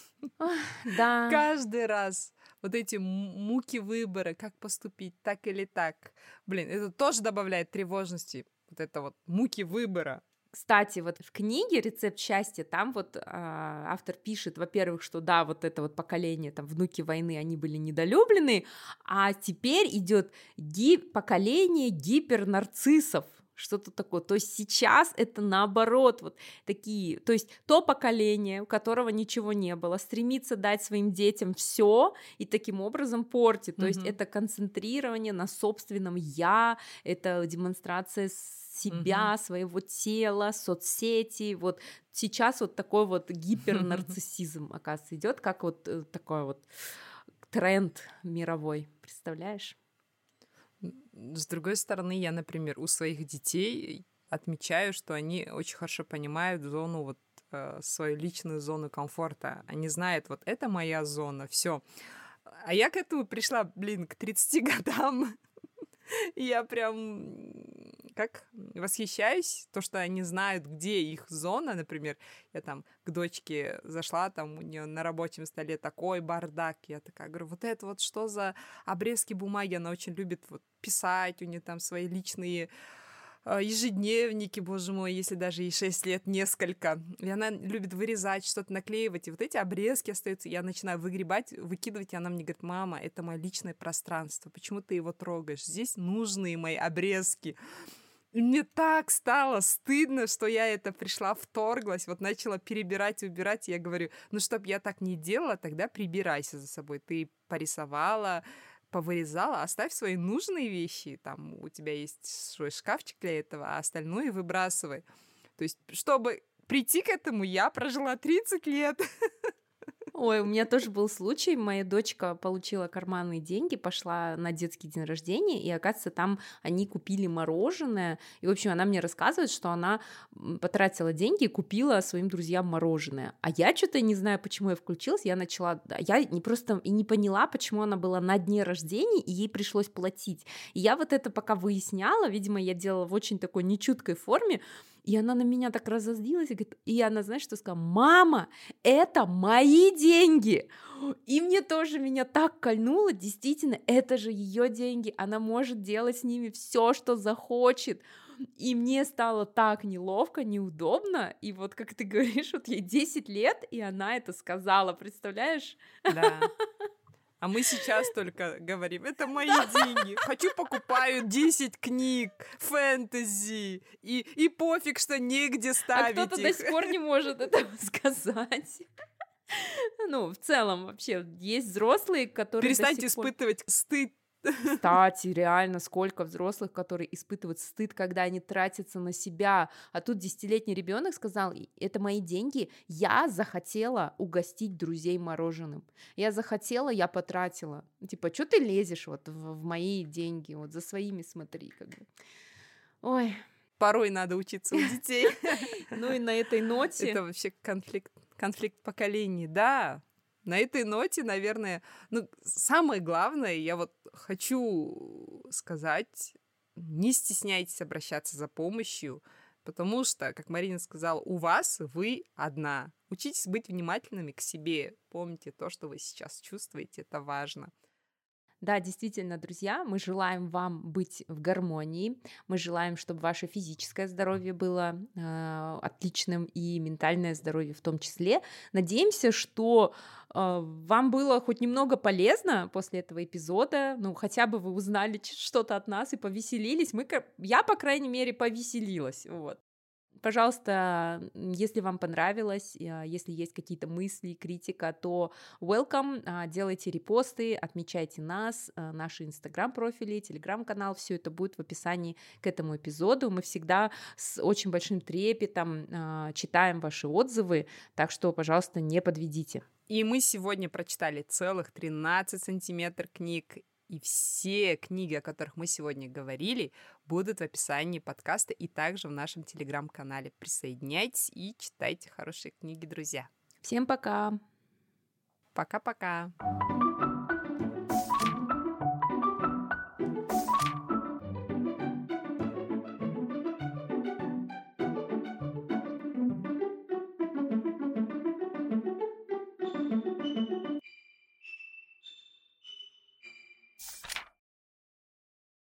Да. Каждый раз вот эти муки выбора, как поступить, так или так. Блин, это тоже добавляет тревожности. Вот это вот муки выбора. Кстати, вот в книге «Рецепт счастья» там автор пишет, во-первых, что да, вот это вот поколение, там, внуки войны, они были недолюблены, а теперь идет поколение гипернарциссов. Что-то такое. То есть сейчас это наоборот, вот такие, то есть то поколение, у которого ничего не было, стремится дать своим детям все и таким образом портит. То есть это концентрирование на собственном я, это демонстрация себя, своего тела, соцсети. Вот сейчас вот такой вот гипернарциссизм, оказывается, идет, как вот такой вот тренд мировой. Представляешь? С другой стороны, я, например, у своих детей отмечаю, что они очень хорошо понимают зону, свою личную зону комфорта. Они знают, вот это моя зона, все. А я к этому пришла, к 30 годам. И я прям восхищаюсь, то, что они знают, где их зона, например. Я там к дочке зашла, там у нее на рабочем столе такой бардак. Я такая говорю: вот это вот что за обрезки бумаги? Она очень любит писать, у нее там свои личные ежедневники, боже мой, если даже ей 6 лет, несколько. И она любит вырезать, что-то наклеивать, и вот эти обрезки остаются. Я начинаю выгребать, выкидывать, и она мне говорит: мама, это мое личное пространство, почему ты его трогаешь? Здесь нужные мои обрезки. И мне так стало стыдно, что я вторглась, начала перебирать, убирать. И я говорю: чтоб я так не делала, тогда прибирайся за собой. Ты порисовала, повырезала, оставь свои нужные вещи, там у тебя есть свой шкафчик для этого, а остальное выбрасывай. То есть, чтобы прийти к этому, я прожила 30 лет. Ой, у меня тоже был случай, моя дочка получила карманные деньги, пошла на детский день рождения, и, оказывается, там они купили мороженое, и, в общем, она мне рассказывает, что она потратила деньги и купила своим друзьям мороженое, а я что-то не знаю, почему я включилась, я просто и не поняла, почему она была на дне рождения, и ей пришлось платить, и я вот это пока выясняла, видимо, я делала в очень такой нечуткой форме, и она на меня так разозлилась, и она, знаешь, что сказала? Мама, это мои деньги! И меня так кольнуло, действительно, это же ее деньги, она может делать с ними все, что захочет. И мне стало так неловко, неудобно, и вот как ты говоришь, вот ей 10 лет, и она это сказала, представляешь? Да. А мы сейчас только говорим, это мои деньги. Хочу, покупаю 10 книг, фэнтези, и пофиг, что негде ставить их. А кто-то до сих пор не может этого сказать. Ну, в целом вообще есть взрослые, которые Перестаньте испытывать стыд. Кстати, реально, сколько взрослых, которые испытывают стыд, когда они тратятся на себя. А тут 10-летний ребенок сказал: это мои деньги, я захотела угостить друзей мороженым. Я захотела, я потратила. Типа, что ты лезешь вот в мои деньги? Вот за своими смотри, как бы. Ой. Порой надо учиться у детей. Ну и на этой ноте... Это вообще конфликт поколений, да. На этой ноте, наверное, самое главное, я вот хочу сказать, не стесняйтесь обращаться за помощью, потому что, как Марина сказала, у вас вы одна. Учитесь быть внимательными к себе. Помните, то, что вы сейчас чувствуете, это важно. Да, действительно, друзья, мы желаем вам быть в гармонии, мы желаем, чтобы ваше физическое здоровье было отличным и ментальное здоровье в том числе. Надеемся, что вам было хоть немного полезно после этого эпизода, ну, хотя бы вы узнали что-то от нас и повеселились. Я, по крайней мере, повеселилась, вот. Пожалуйста, если вам понравилось, если есть какие-то мысли, критика, то welcome, делайте репосты, отмечайте нас, наши инстаграм-профили, телеграм-канал, все это будет в описании к этому эпизоду. Мы всегда с очень большим трепетом читаем ваши отзывы, так что, пожалуйста, не подведите. И мы сегодня прочитали целых 13 сантиметров книг, и все книги, о которых мы сегодня говорили, будут в описании подкаста и также в нашем телеграм-канале. Присоединяйтесь и читайте хорошие книги, друзья. Всем пока! Пока-пока!